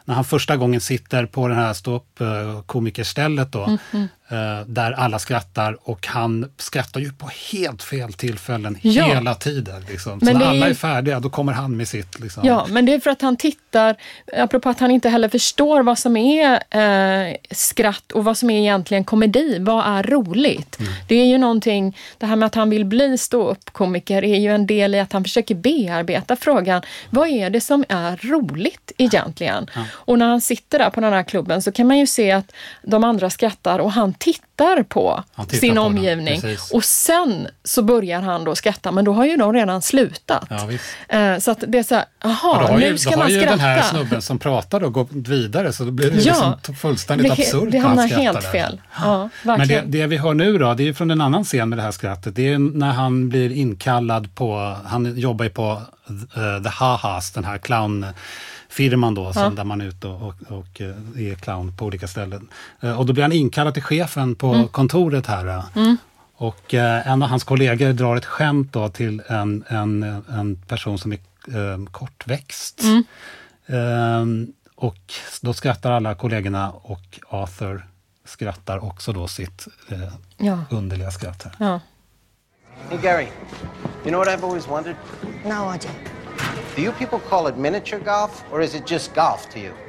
[SPEAKER 1] när han första gången sitter på den här ståuppkomikerstället då, mm-hmm. eh, där alla skrattar och han skrattar ju på helt fel tillfällen ja. hela tiden. Liksom. Så när alla är färdiga, då kommer han med sitt. Liksom.
[SPEAKER 2] Ja, men det är för att han tittar, apropå att han inte heller förstår vad som är eh, skratt och vad som är egentligen komedi. Vad är roligt? Mm. Det är ju någonting, det här med att han vill bli ståuppkomiker är ju en del i att han försöker bearbeta frågan. Vad är det som är roligt egentligen? Ja. Och när han sitter där på den här klubben så kan man ju se att de andra skrattar och han tittar på
[SPEAKER 1] han tittar
[SPEAKER 2] sin
[SPEAKER 1] på
[SPEAKER 2] omgivning. Och sen så börjar han då skratta, men då har ju de redan slutat.
[SPEAKER 1] Ja,
[SPEAKER 2] eh, så att det är så här, aha, nu ska man skratta. Då har
[SPEAKER 1] ju den här snubben som pratar och går vidare, så då blir det ja, liksom fullständigt
[SPEAKER 2] det,
[SPEAKER 1] absurt.
[SPEAKER 2] Det hamnar helt fel. Ja,
[SPEAKER 1] men det, det vi hör nu då, det är från en annan scen med det här skrattet. Det är när han blir inkallad på, han jobbar ju på uh, The Ha-Has, den här clown firman då, som ja. där man är ute och, och, och är clown på olika ställen. Uh, och då blir han inkallad till chefen på mm. kontoret här. Mm. Och uh, en av hans kollegor drar ett skämt då till en, en, en person som är uh, kortväxt. Mm. Uh, och då skrattar alla kollegorna och Arthur skrattar också då sitt uh, ja. underliga skratt här.
[SPEAKER 2] Ja.
[SPEAKER 6] Hey Gary, you know what I've always wondered?
[SPEAKER 7] No, I do.
[SPEAKER 6] Do you people call it miniature golf, or is it just golf to you?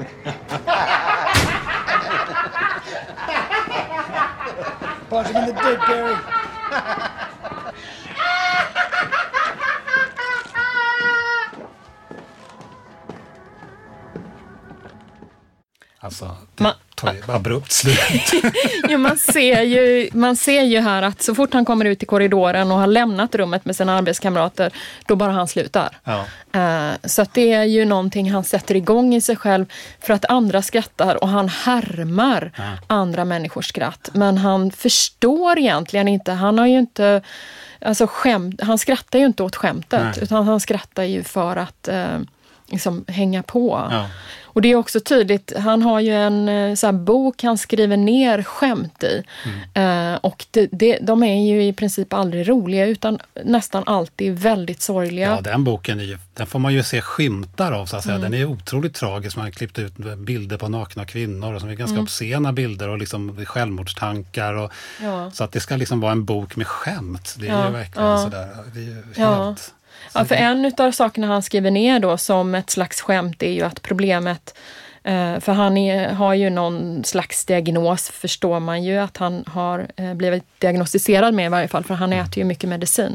[SPEAKER 7] Punch him in the dick, Gary.
[SPEAKER 1] Alltså, det man, tar ju abrupt slut.
[SPEAKER 2] jo, man, ser ju, man ser ju här att så fort han kommer ut i korridoren och har lämnat rummet med sina arbetskamrater, då bara han slutar. Ja. Uh, så att det är ju någonting han sätter igång i sig själv för att andra skrattar och han härmar ja. andra människors skratt. Men han förstår egentligen inte, han har ju inte, alltså skämt, han skrattar ju inte åt skämtet. Nej. Utan han skrattar ju för att uh, liksom hänga på. Ja. Och det är också tydligt, han har ju en så här bok han skriver ner skämt i. Mm. Eh, och det, det, de är ju i princip aldrig roliga utan nästan alltid väldigt sorgliga.
[SPEAKER 1] Ja, den boken är ju, den får man ju se skymtar av så att säga. Mm. Den är otroligt tragisk. Man har klippt ut bilder på nakna kvinnor och som är ganska mm. obscena bilder och liksom självmordstankar. Och, ja. Så att det ska liksom vara en bok med skämt. Det är ja. ju verkligen ja. sådär. Det är ju helt...
[SPEAKER 2] Ja. Ja, för en av sakerna han skriver ner då som ett slags skämt är ju att problemet, eh, för han är, har ju någon slags diagnos, förstår man ju att han har eh, blivit diagnostiserad med i varje fall, för han äter ju mycket medicin.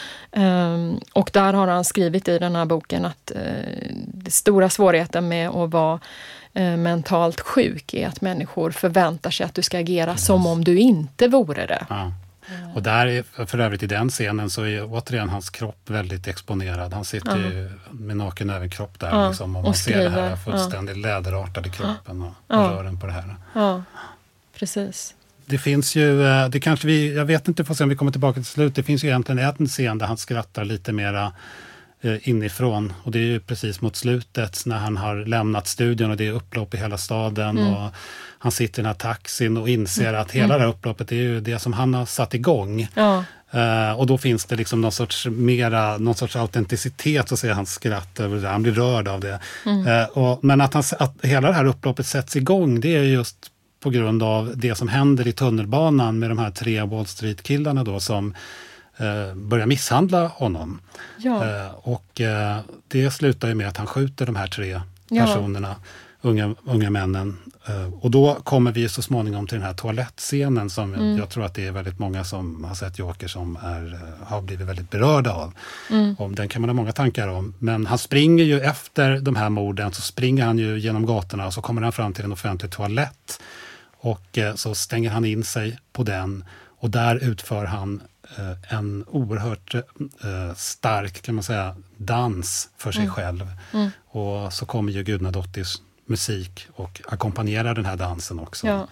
[SPEAKER 2] Um, och där har han skrivit i den här boken att eh, det stora svårigheten med att vara eh, mentalt sjuk är att människor förväntar sig att du ska agera yes. som om du inte vore det.
[SPEAKER 1] Ja. Och där är, för övrigt i den scenen så är återigen hans kropp väldigt exponerad. Han sitter ja. ju med naken överkropp där ja. liksom, och man och ser det här fullständigt ja. läderartade kroppen och ja. rören på det här.
[SPEAKER 2] Ja, precis.
[SPEAKER 1] Det finns ju, det kanske vi, jag vet inte, får se om vi kommer tillbaka till slut. Det finns ju egentligen en scen där han skrattar lite mera eh, inifrån. Och det är ju precis mot slutet när han har lämnat studion och det är upplopp i hela staden mm. och han sitter i den här taxin och inser att hela mm. det här upploppet är ju det som han har satt igång. Ja. Uh, och då finns det liksom någon sorts mera, någon sorts autenticitet så säger hans skratt över det. Han blir rörd av det. Mm. Uh, och, men att, han, att hela det här upploppet sätts igång, det är just på grund av det som händer i tunnelbanan med de här tre Wall Street-killarna då som uh, börjar misshandla honom. Ja. Uh, och uh, det slutar ju med att han skjuter de här tre ja. personerna. Unga, unga männen. Uh, och då kommer vi så småningom till den här toalettscenen som mm. jag, jag tror att det är väldigt många som har sett Joker som är, uh, har blivit väldigt berörda av. Mm. Och den kan man ha många tankar om. Men han springer ju efter de här morden så springer han ju genom gatorna och så kommer han fram till en offentlig toalett. Och uh, så stänger han in sig på den och där utför han uh, en oerhört uh, stark kan man säga dans för sig mm. själv. Mm. Och så kommer ju Gudnadottis musik och ackompanjerar den här dansen också. Ja.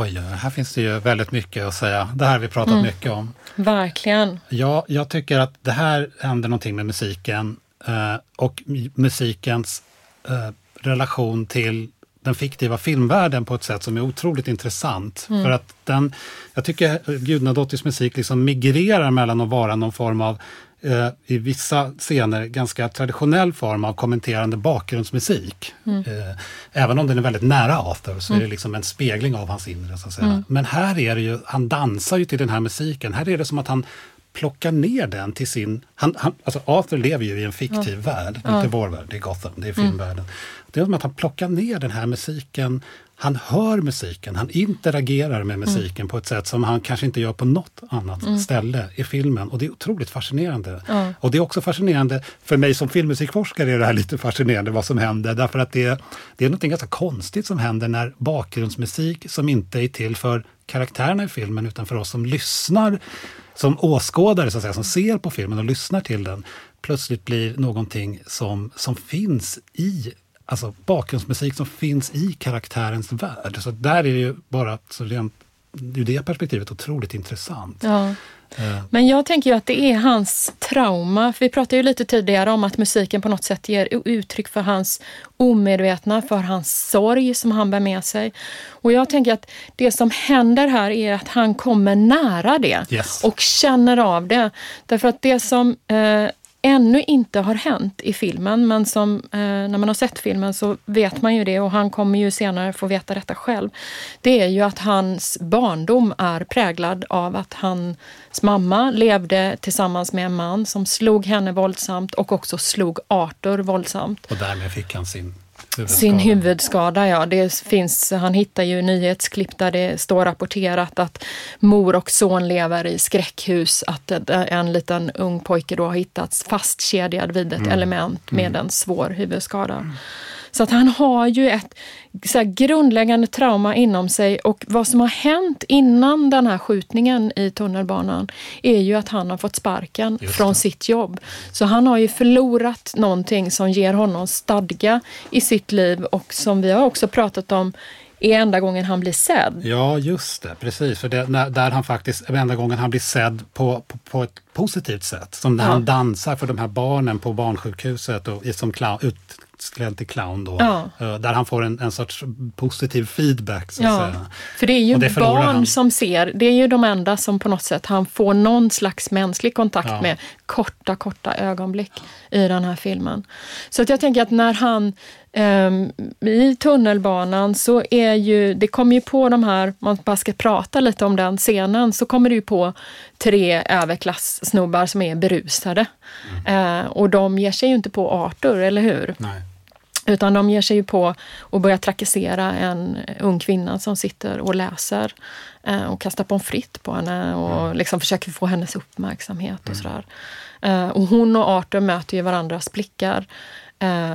[SPEAKER 1] Oj, här finns det ju väldigt mycket att säga. Det här har vi pratat mm. mycket om.
[SPEAKER 2] Verkligen.
[SPEAKER 1] Ja, jag tycker att det här händer någonting med musiken eh, och musikens eh, relation till den fiktiva filmvärlden på ett sätt som är otroligt intressant. Mm. För att den, jag tycker Guðnadóttirs musik liksom migrerar mellan att vara någon form av eh, i vissa scener ganska traditionell form av kommenterande bakgrundsmusik. Mm. Eh, även om den är väldigt nära Arthur så mm. är det liksom en spegling av hans inre så att säga. Mm. Men här är det ju, han dansar ju till den här musiken. Här är det som att han plockar ner den till sin... Han, han, alltså Arthur lever ju i en fiktiv ja. värld. Det är inte vår värld, det är Gotham, det är filmvärlden. Mm. Det är som att han plockar ner den här musiken. Han hör musiken, han interagerar med musiken mm. på ett sätt som han kanske inte gör på något annat mm. ställe i filmen. Och det är otroligt fascinerande. Mm. Och det är också fascinerande, för mig som filmmusikforskare är det här lite fascinerande vad som händer. Därför att det, det är något ganska konstigt som händer när bakgrundsmusik som inte är till för karaktärerna i filmen utan för oss som lyssnar, som åskådare så att säga, som ser på filmen och lyssnar till den, plötsligt blir någonting som, som finns i, alltså bakgrundsmusik som finns i karaktärens värld. Så där är det ju bara, så rent, ur det perspektivet otroligt intressant.
[SPEAKER 2] Ja. Men jag tänker ju att det är hans trauma. För vi pratade ju lite tidigare om att musiken på något sätt ger uttryck för hans omedvetna, för hans sorg som han bär med sig. Och jag tänker att det som händer här är att han kommer nära det
[SPEAKER 1] yes.
[SPEAKER 2] och känner av det. Därför att det som eh, ännu inte har hänt i filmen, men som eh, när man har sett filmen så vet man ju det, och han kommer ju senare få veta detta själv. Det är ju att hans barndom är präglad av att hans mamma levde tillsammans med en man som slog henne våldsamt och också slog Arthur våldsamt.
[SPEAKER 1] Och därmed fick han sin huvudskada.
[SPEAKER 2] Sin huvudskada, ja. Det finns, han hittar ju nyhetsklipp där det står rapporterat att mor och son lever i skräckhus, att en liten ung pojke då har hittats fastkedjad vid ett mm. element med mm. en svår huvudskada. Mm. Så att han har ju ett så här grundläggande trauma inom sig, och vad som har hänt innan den här skjutningen i tunnelbanan är ju att han har fått sparken från sitt jobb. Så han har ju förlorat någonting som ger honom stadga i sitt liv, och som vi har också pratat om är enda gången han blir sedd.
[SPEAKER 1] Ja, just det. Precis. För det, när, där han faktiskt, enda gången han blir sedd på, på, på ett positivt sätt. Som när ja. han dansar för de här barnen på barnsjukhuset och som clown, utklädd till clown då. Ja. Där han får en, en sorts positiv feedback så att
[SPEAKER 2] ja.
[SPEAKER 1] säga.
[SPEAKER 2] För det är ju
[SPEAKER 1] det
[SPEAKER 2] barn
[SPEAKER 1] han.
[SPEAKER 2] som ser, det är ju de enda som på något sätt han får någon slags mänsklig kontakt ja. med korta, korta ögonblick i den här filmen. Så att jag tänker att när han Um, i tunnelbanan så är ju, det kommer ju på de här, man bara ska prata lite om den scenen, så kommer det ju på tre överklass-snubbar som är berusade. Mm. Uh, och de ger sig ju inte på Arthur, eller hur?
[SPEAKER 1] Nej.
[SPEAKER 2] Utan de ger sig ju på att börja trakassera en ung kvinna som sitter och läser uh, och kastar pommes frites på henne och mm. liksom försöker få hennes uppmärksamhet och mm. sådär. Uh, och hon och Arthur möter ju varandras blickar. Uh,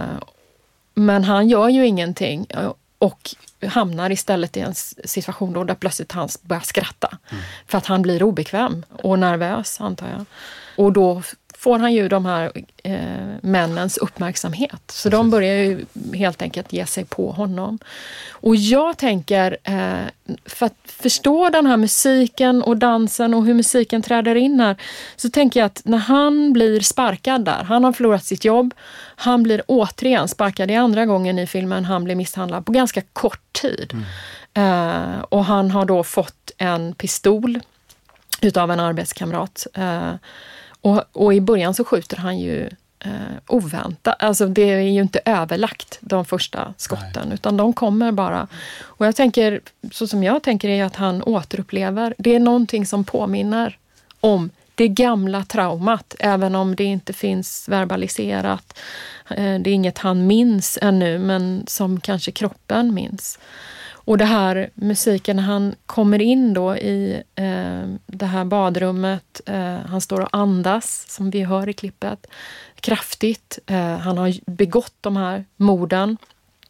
[SPEAKER 2] Men han gör ju ingenting och hamnar istället i en situation då där plötsligt han börjar skratta. Mm. För att han blir obekväm och nervös, antar jag. Och då får han ju de här eh, männens uppmärksamhet. Så Precis. de börjar ju helt enkelt ge sig på honom. Och jag tänker, eh, för att förstå den här musiken och dansen och hur musiken träder in här, så tänker jag att när han blir sparkad där, han har förlorat sitt jobb, han blir återigen sparkad i andra gången i filmen, han blir misshandlad på ganska kort tid. Mm. Eh, och han har då fått en pistol utav en arbetskamrat. Eh, Och, och i början så skjuter han ju eh, oväntat. Alltså det är ju inte överlagt de första skotten. Nej. Utan de kommer bara. Och jag tänker, så som jag tänker är att han återupplever. Det är någonting som påminner om det gamla traumat. Även om det inte finns verbaliserat. Eh, det är inget han minns ännu, men som kanske kroppen minns. Och det här musiken, när han kommer in då i eh, det här badrummet, eh, han står och andas, som vi hör i klippet, kraftigt. Eh, han har begått de här morden.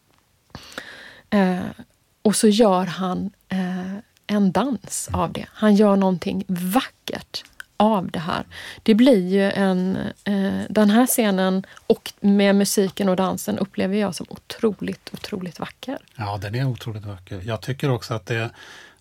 [SPEAKER 2] Eh, och så gör han eh, en dans av det. Han gör någonting vackert av det här. Det blir ju en, eh, den här scenen och med musiken och dansen upplever jag som otroligt, otroligt vacker.
[SPEAKER 1] Ja, den är otroligt vacker. Jag tycker också att det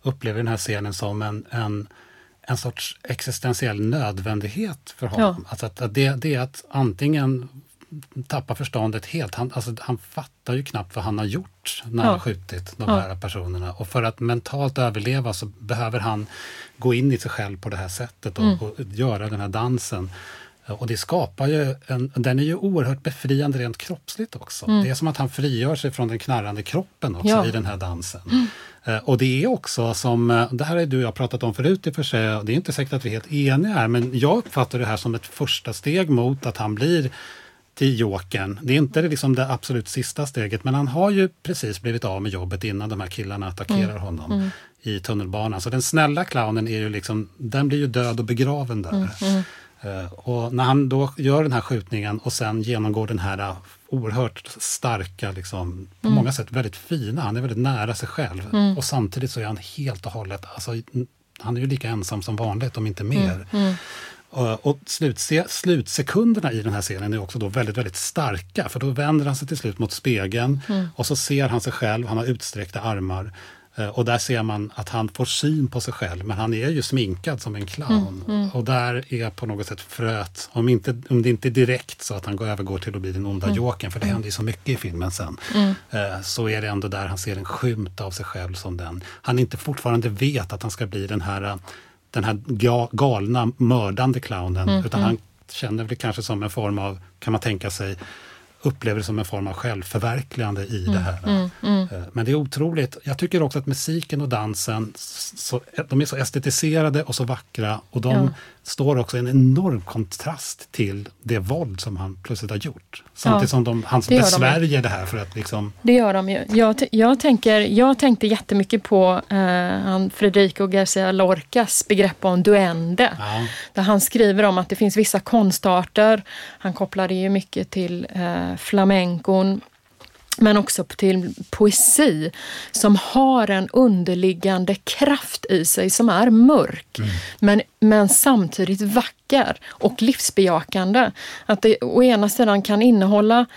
[SPEAKER 1] upplever den här scenen som en, en, en sorts existentiell nödvändighet för honom. Ja. Alltså att, att det, det är att antingen tappa förståndet helt. Han, alltså, han fattar ju knappt vad han har gjort när ja. han skjutit de här ja. personerna. Och för att mentalt överleva så behöver han gå in i sig själv på det här sättet och, mm. och göra den här dansen. Och det skapar ju, en, den är ju oerhört befriande rent kroppsligt också. Mm. Det är som att han frigör sig från den knarrande kroppen också ja. i den här dansen. Mm. Uh, och det är också som, uh, det här är du och jag pratat om förut i och för sig, det är inte säkert att vi är helt eniga här, men jag uppfattar det här som ett första steg mot att han blir till Jokern. Det är inte liksom det absolut sista steget, men han har ju precis blivit av med jobbet innan de här killarna attackerar mm. honom mm. i tunnelbanan. Så den snälla clownen är ju liksom, den blir ju död och begraven där. Mm. Mm. Uh, och när han då gör den här skjutningen och sen genomgår den här uh, oerhört starka, liksom, på mm. många sätt väldigt fina, han är väldigt nära sig själv mm. och samtidigt så är han helt och hållet, alltså, han är ju lika ensam som vanligt om inte mer. Mm. Mm. Uh, och slutse, slutsekunderna i den här scenen är också då väldigt, väldigt starka, för då vänder han sig till slut mot spegeln mm. och så ser han sig själv, han har utsträckta armar. Och där ser man att han får syn på sig själv, men han är ju sminkad som en clown. Mm, mm. Och där är på något sätt fröet, om, inte, om det inte är direkt så att han går, övergår till att bli den onda mm. Jokern, för det händer ju så mycket i filmen sen, mm. eh, så är det ändå där han ser en skymt av sig själv som den. Han inte fortfarande vet att han ska bli den här, den här ga, galna, mördande clownen, mm, utan mm. han känner det kanske som en form av, kan man tänka sig, upplever det som en form av självförverkligande i mm, det här. Mm, mm. Men det är otroligt. Jag tycker också att musiken och dansen, så, de är så estetiserade och så vackra, och de ja. står också i en enorm kontrast till det våld som han plötsligt har gjort. Samtidigt ja, som de, han besvärjer de. det här för att liksom... Det
[SPEAKER 2] gör de ju. Jag, jag, tänker, jag tänkte jättemycket på eh, han Federico Garcia Lorcas begrepp om duende. Ja. Där han skriver om att det finns vissa konstarter. Han kopplade ju mycket till eh, flamencon, men också till poesi som har en underliggande kraft i sig som är mörk, mm. men, men samtidigt vacker och livsbejakande. Att det å ena sidan kan innehålla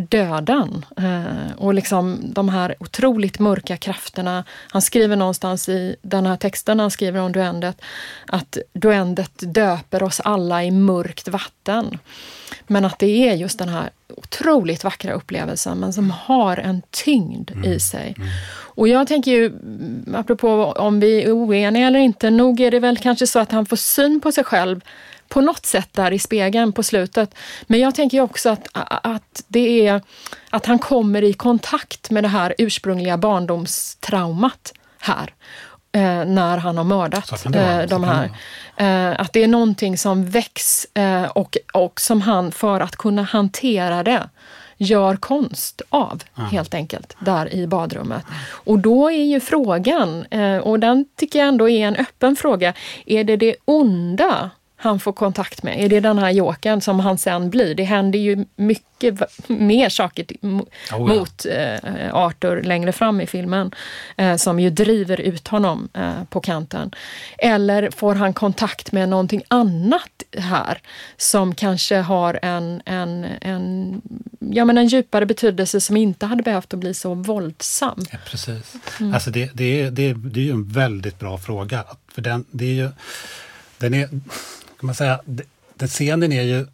[SPEAKER 2] döden eh, och liksom de här otroligt mörka krafterna. Han skriver någonstans i den här texten, han skriver om duendet, att duendet döper oss alla i mörkt vatten. Men att det är just den här otroligt vackra upplevelsen, men som har en tyngd mm. i sig. Mm. Och jag tänker ju, apropå om vi är oeniga eller inte, nog är det väl kanske så att han får syn på sig själv på något sätt där i spegeln på slutet. Men jag tänker ju också att, att det är att han kommer i kontakt med det här ursprungliga barndomstraumat här. Eh, när han har mördat eh, de här. Eh, att det är någonting som väcks eh, och, och som han, för att kunna hantera det, gör konst av, mm. helt enkelt, där i badrummet. Och då är ju frågan, eh, och den tycker jag ändå är en öppen fråga, är det det onda han får kontakt med? Är det den här Jokern som han sen blir? Det händer ju mycket mer saker till, oh, ja. mot eh, Arthur längre fram i filmen eh, som ju driver ut honom eh, på kanten. Eller får han kontakt med någonting annat här som kanske har en, en, en, ja, men en djupare betydelse som inte hade behövt att bli så våldsam?
[SPEAKER 1] Ja, precis. Mm. Alltså det, det, är, det, det är ju en väldigt bra fråga. För den, det är ju, den är... kan man säga, den scenen är ju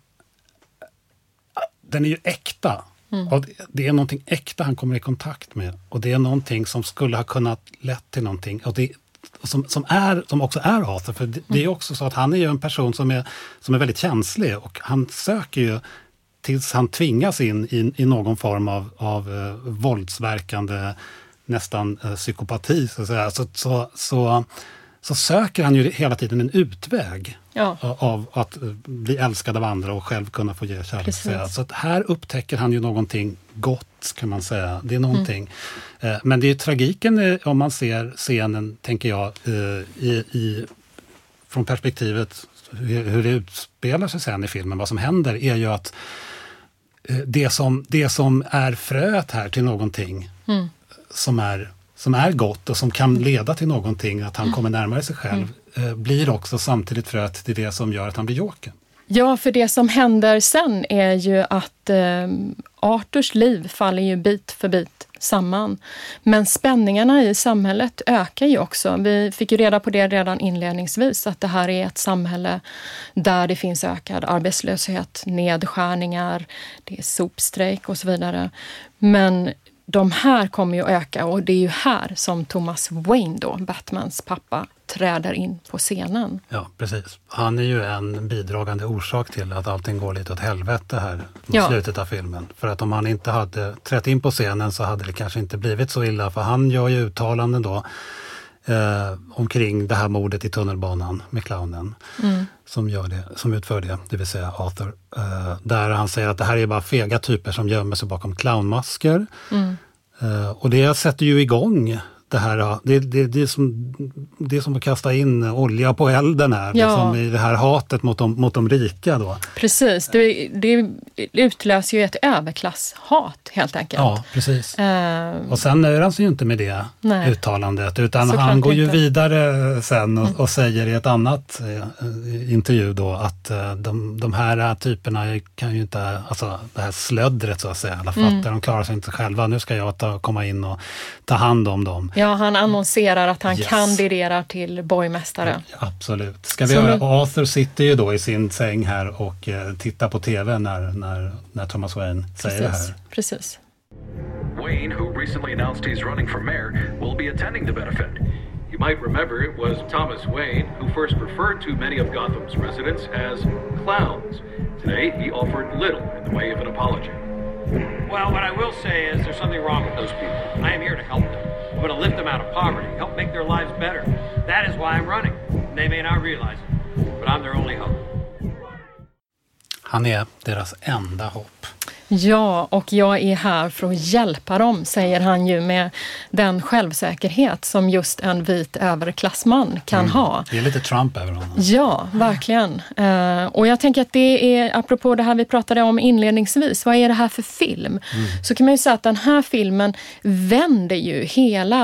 [SPEAKER 1] den är ju äkta. Mm. Och det är någonting äkta han kommer i kontakt med. Och det är någonting som skulle ha kunnat lett till någonting. Och det, som, som, är, som också är Arthur. För det, mm. det är också så att han är ju en person som är, som är väldigt känslig. Och han söker ju tills han tvingas in i, i någon form av, av uh, våldsverkande, nästan uh, psykopati. Så att säga. Så, så, så, så söker han ju hela tiden en utväg. Ja. Av att bli älskad av andra och själv kunna få ge kärlek. Så att här upptäcker han ju någonting gott, kan man säga. Det är någonting. Mm. Men det är tragiken om man ser scenen, tänker jag, i, i, från perspektivet hur, hur det utspelar sig sen i filmen. Vad som händer är ju att det som, det som är fröet här till någonting mm. som är som är gott och som kan leda till någonting, att han mm. kommer närmare sig själv, mm. blir också samtidigt fröet till det som gör att han blir Jokern.
[SPEAKER 2] Ja, för det som händer sen är ju att eh, Arthurs liv faller ju bit för bit samman. Men spänningarna i samhället ökar ju också. Vi fick ju reda på det redan inledningsvis, att det här är ett samhälle där det finns ökad arbetslöshet, nedskärningar, det är sopstrejk och så vidare. Men de här kommer ju att öka, och det är ju här som Thomas Wayne då, Batmans pappa, träder in på scenen.
[SPEAKER 1] Ja, precis. Han är ju en bidragande orsak till att allting går lite åt helvete här i
[SPEAKER 2] ja.
[SPEAKER 1] slutet av filmen. För att om han inte hade trätt in på scenen så hade det kanske inte blivit så illa. För han gör ju uttalanden då eh, omkring det här mordet i tunnelbanan med clownen mm. som, gör det, som utför det, det vill säga Arthur. Eh, där han säger att det här är bara fega typer som gömmer sig bakom clownmasker. Mm. Eh, och det sätter ju igång det här, det, det, det, är som, det är som att kasta in olja på elden här,
[SPEAKER 2] ja.
[SPEAKER 1] liksom i det här hatet mot de, mot de rika då.
[SPEAKER 2] Precis, det, det utlöser ju ett överklasshat helt enkelt.
[SPEAKER 1] Ja, precis. Uh, och sen nöjer han sig ju inte med det nej. uttalandet, utan
[SPEAKER 2] så
[SPEAKER 1] han går ju
[SPEAKER 2] inte.
[SPEAKER 1] vidare sen och,
[SPEAKER 2] mm.
[SPEAKER 1] och säger i ett annat eh, intervju då att eh, de, de här typerna kan ju inte, alltså det här slöddret så att säga, alla fattar, mm. de klarar sig inte själva, nu ska jag ta, komma in och ta hand om dem.
[SPEAKER 2] Ja, han annonserar att han
[SPEAKER 1] yes.
[SPEAKER 2] kandiderar till borgmästare.
[SPEAKER 1] Ja, absolut. Ska vi höra?
[SPEAKER 2] nu...
[SPEAKER 1] Arthur sitter ju då i sin säng här och eh, tittar på tv när, när, när Thomas Wayne säger
[SPEAKER 2] Precis.
[SPEAKER 1] det här.
[SPEAKER 2] Precis.
[SPEAKER 8] Wayne, who recently announced he's running for mayor, will be attending the benefit. You might remember it was Thomas Wayne who first referred to many of Gotham's residents as clowns. Today, he offered little in the way of an apology.
[SPEAKER 9] Well, what I will say is there's something wrong with those people. I am here to help them. I'm going to lift them out of poverty, help make their lives better. That is why I'm running. They may not realize it, but I'm their only hope.
[SPEAKER 1] Han är deras enda hopp.
[SPEAKER 2] Ja, och jag är här för att hjälpa dem, säger han ju med den självsäkerhet som just en vit överklassman kan mm. ha.
[SPEAKER 1] Det är lite Trump över honom.
[SPEAKER 2] Ja, verkligen. Uh, och jag tänker att det är, apropå det här vi pratade om inledningsvis, vad är det här för film? Mm. Så kan man ju säga att den här filmen vänder ju hela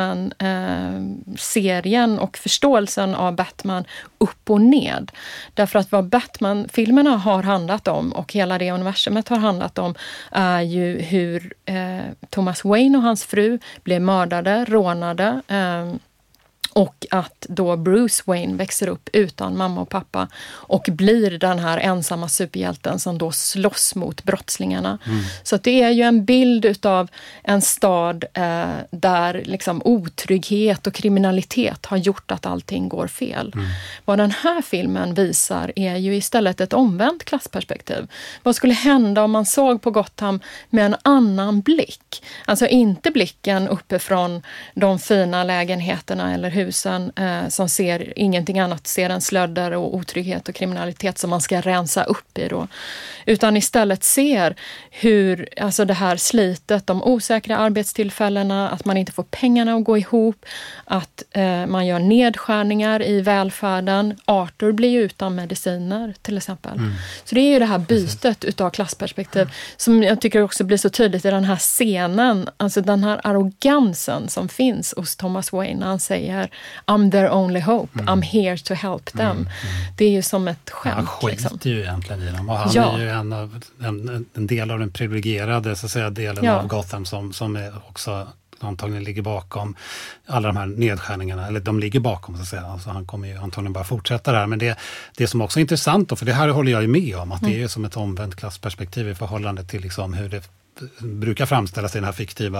[SPEAKER 2] Batman-serien uh, och förståelsen av Batman upp och ned. Därför att vad Batman-filmerna har handlat om och hela det universumet har handlat om är ju hur eh, Thomas Wayne och hans fru blev mördade, rånade eh, och att då Bruce Wayne växer upp utan mamma och pappa och blir den här ensamma superhjälten som då slåss mot brottslingarna. Mm. Så att det är ju en bild utav en stad eh, där liksom otrygghet och kriminalitet har gjort att allting går fel. Mm. Vad den här filmen visar är ju istället ett omvänt klassperspektiv. Vad skulle hända om man såg på Gotham med en annan blick? Alltså inte blicken uppifrån de fina lägenheterna eller husen eh, som ser ingenting annat, ser en slödder och otrygghet och kriminalitet som man ska rensa upp i då. Utan istället ser hur alltså det här slitet, de osäkra arbetstillfällena, att man inte får pengarna att gå ihop, att eh, man gör nedskärningar i välfärden. Arthur blir ju utan mediciner till exempel. Mm. Så det är ju det här bytet utav klassperspektiv mm. som jag tycker också blir så tydligt i den här scenen, alltså den här arrogansen som finns hos Thomas Wayne när han säger I'm their only hope, mm. I'm here to help them. Mm. Mm. Det är ju som ett skämt.
[SPEAKER 1] Han skiter
[SPEAKER 2] liksom.
[SPEAKER 1] ju egentligen i dem. Och han
[SPEAKER 2] ja.
[SPEAKER 1] är ju en, av, en, en del av den privilegierade så att säga, delen ja. av Gotham som, som är också antagligen ligger bakom alla de här nedskärningarna, eller de ligger bakom så att säga, alltså han kommer ju antagligen bara fortsätta där, men det, det som också är intressant då, för det här håller jag ju med om, att mm. det är som ett omvänt klassperspektiv i förhållande till liksom hur det brukar framställas i den här fiktiva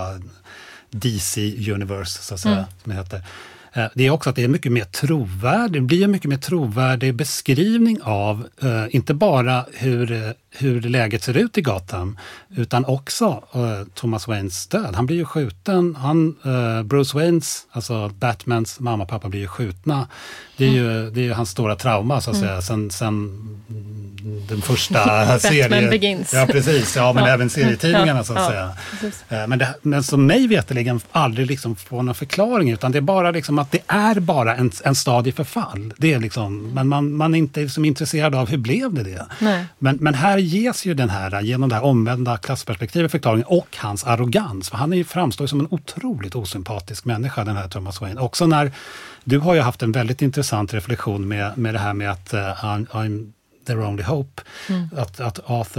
[SPEAKER 1] D C-universe så att säga, mm. som det heter. Det är också att det är mycket mer trovärdig, det blir en mycket mer trovärdig beskrivning av eh, inte bara hur, hur läget ser ut i Gotham, utan också eh, Thomas Waynes död. Han blir ju skjuten, han, eh, Bruce Waynes, alltså Batmans mamma och pappa blir ju skjutna. Det är ju, det är ju hans stora trauma så att säga, sen, sen den första serien.
[SPEAKER 2] Batman Begins.
[SPEAKER 1] Ja, precis. Ja, men
[SPEAKER 2] ja.
[SPEAKER 1] även serietidningarna så att
[SPEAKER 2] ja,
[SPEAKER 1] säga.
[SPEAKER 2] Ja,
[SPEAKER 1] men, det, men som mig veteligen aldrig liksom får någon förklaring, utan det är bara liksom att det är bara en, en stad i förfall. Det är liksom, men man, man är inte liksom intresserad av hur blev det det.
[SPEAKER 2] Nej.
[SPEAKER 1] Men, men här ges ju den här, genom det här omvända klassperspektivet förklaringen och hans arrogans. För han är ju framstår som en otroligt osympatisk människa, den här Thomas Wayne. Också när, du har ju haft en väldigt intressant reflektion med, med det här med att uh, I'm, I'm their only hope. Mm. Att, att Arthur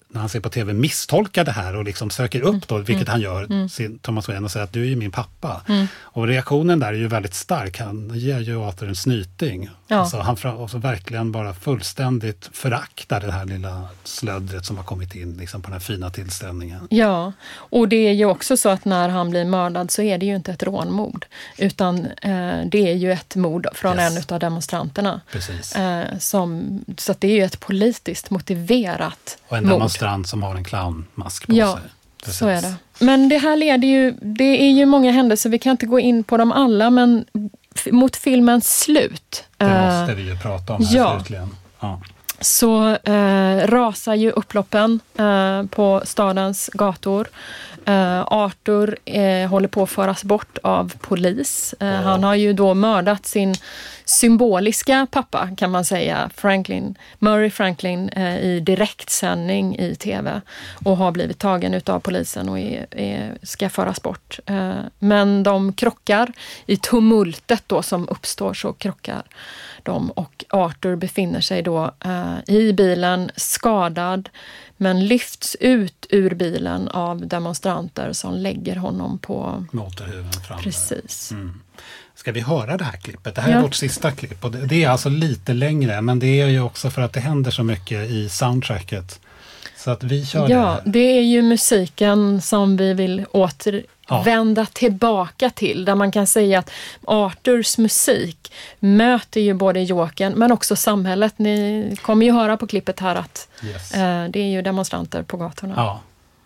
[SPEAKER 1] när han ser på tv misstolkar det här och liksom söker upp då, vilket
[SPEAKER 2] mm.
[SPEAKER 1] han gör,
[SPEAKER 2] mm.
[SPEAKER 1] sin Thomas Wayne, och säger att du är ju min pappa.
[SPEAKER 2] Mm.
[SPEAKER 1] Och reaktionen där är ju väldigt stark. Han ger ju Arthur en snyting.
[SPEAKER 2] Ja.
[SPEAKER 1] Alltså, han fra, och så verkligen bara fullständigt föraktar det här lilla slödret som har kommit in liksom, på den här fina tillställningen.
[SPEAKER 2] Ja, och det är ju också så att när han blir mördad så är det ju inte ett rånmord, utan eh, det är ju ett mord från yes. en av demonstranterna.
[SPEAKER 1] Precis.
[SPEAKER 2] Eh, som, så att det är ju ett politiskt motiverat
[SPEAKER 1] och en
[SPEAKER 2] mord.
[SPEAKER 1] Demonstrant som har en clownmask på
[SPEAKER 2] ja,
[SPEAKER 1] sig. Precis.
[SPEAKER 2] Så är det. Men det här leder ju, det är ju många händelser, vi kan inte gå in på dem alla, men f- mot filmens slut.
[SPEAKER 1] Det måste vi ju prata om här
[SPEAKER 2] ja,
[SPEAKER 1] slutligen. Ja.
[SPEAKER 2] Så eh, rasar ju upploppen eh, på stadens gator. Eh, Arthur eh, håller på att föras bort av polis. Eh,
[SPEAKER 1] ja.
[SPEAKER 2] Han har ju då mördat sin symboliska pappa, kan man säga, Franklin, Murray Franklin, eh, i direktsändning i tv och har blivit tagen utav polisen och är, är, ska föras bort. Eh, men de krockar i tumultet då som uppstår, så krockar de och Arthur befinner sig då eh, i bilen skadad, men lyfts ut ur bilen av demonstranter som lägger honom på
[SPEAKER 1] motorhuven fram.
[SPEAKER 2] Precis.
[SPEAKER 1] Mm. Ska vi höra det här klippet? Det här
[SPEAKER 2] ja.
[SPEAKER 1] är vårt sista klipp och det, det är alltså lite längre, men det är ju också för att det händer så mycket i soundtracket. Så att vi kör
[SPEAKER 2] ja,
[SPEAKER 1] det.
[SPEAKER 2] det är ju musiken som vi vill återvända ja. tillbaka till. Där man kan säga att Arthurs musik möter ju både Jokern men också samhället. Ni kommer ju höra på klippet här att
[SPEAKER 1] yes.
[SPEAKER 2] eh, det är ju demonstranter på gatorna.
[SPEAKER 1] Ja.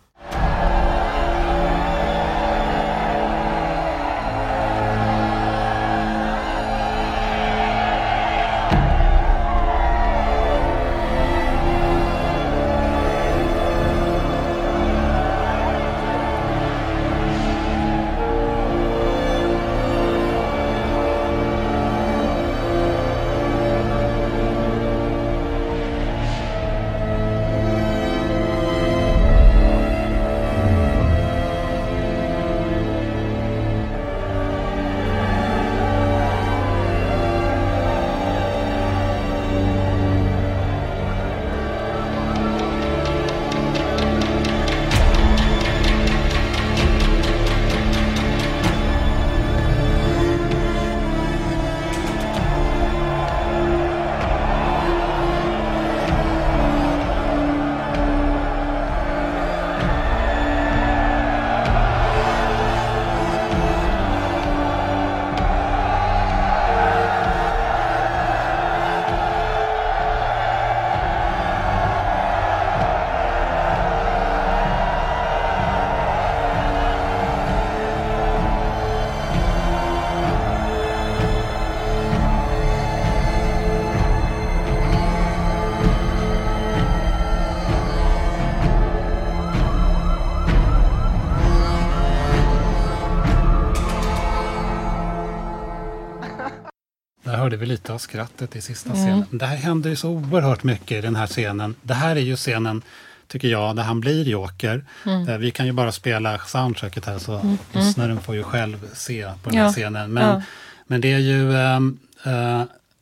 [SPEAKER 1] Hörde vi lite av skrattet i sista mm. scenen. Det här händer ju så oerhört mycket i den här scenen. Det här är ju scenen, tycker jag, där han blir Joker. Mm. Vi kan ju bara spela soundtracket här, så mm. lyssnaren får ju själv se på den här ja. scenen. Men, ja. men det är ju um, uh,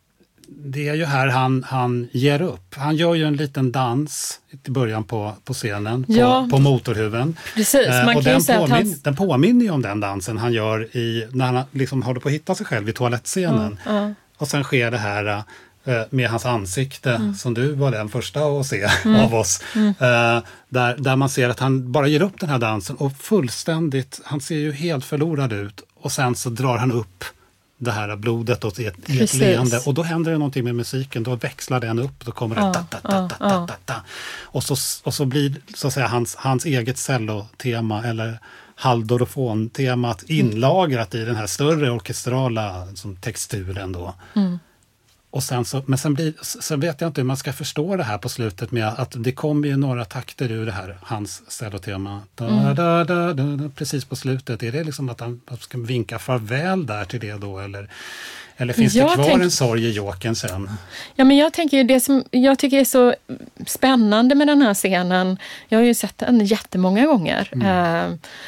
[SPEAKER 1] det är ju här han, han ger upp. Han gör ju en liten dans i början på, på scenen,
[SPEAKER 2] ja.
[SPEAKER 1] på, på motorhuven.
[SPEAKER 2] Precis, man
[SPEAKER 1] uh, och
[SPEAKER 2] kan
[SPEAKER 1] den,
[SPEAKER 2] ju säga
[SPEAKER 1] påmin-
[SPEAKER 2] hans...
[SPEAKER 1] den påminner ju om den dansen han gör i, när han liksom håller på att hitta sig själv i toalettscenen.
[SPEAKER 2] Ja. Ja.
[SPEAKER 1] Och sen sker det här uh, med hans ansikte, mm. som du var den första att se
[SPEAKER 2] mm.
[SPEAKER 1] av oss.
[SPEAKER 2] Mm.
[SPEAKER 1] Uh, där, där man ser att han bara ger upp den här dansen och fullständigt, han ser ju helt förlorad ut. Och sen så drar han upp det här blodet och i ett, i ett leende. Och då händer det någonting med musiken. Då växlar den upp. Då kommer det
[SPEAKER 2] ja,
[SPEAKER 1] ta, ta, ta, ta, ta, ta, ta. Och, så, och så blir så att säga hans, hans eget cellotema eller haldorofon-temat inlagrat i den här större orkestrala som texturen då. Mm. Och sen så, men sen, blir, sen vet jag inte hur man ska förstå det här på slutet med att det kommer ju några takter ur det här, hans cellotema. Da, mm. da, da, da, da, precis på slutet. Är det liksom att han ska vinka farväl där till det då? Eller, eller finns jag det kvar tänk... en sorg i Jokern sen?
[SPEAKER 2] Ja, men jag tänker ju det som jag tycker är så spännande med den här scenen. Jag har ju sett den jättemånga gånger. Mm. Uh,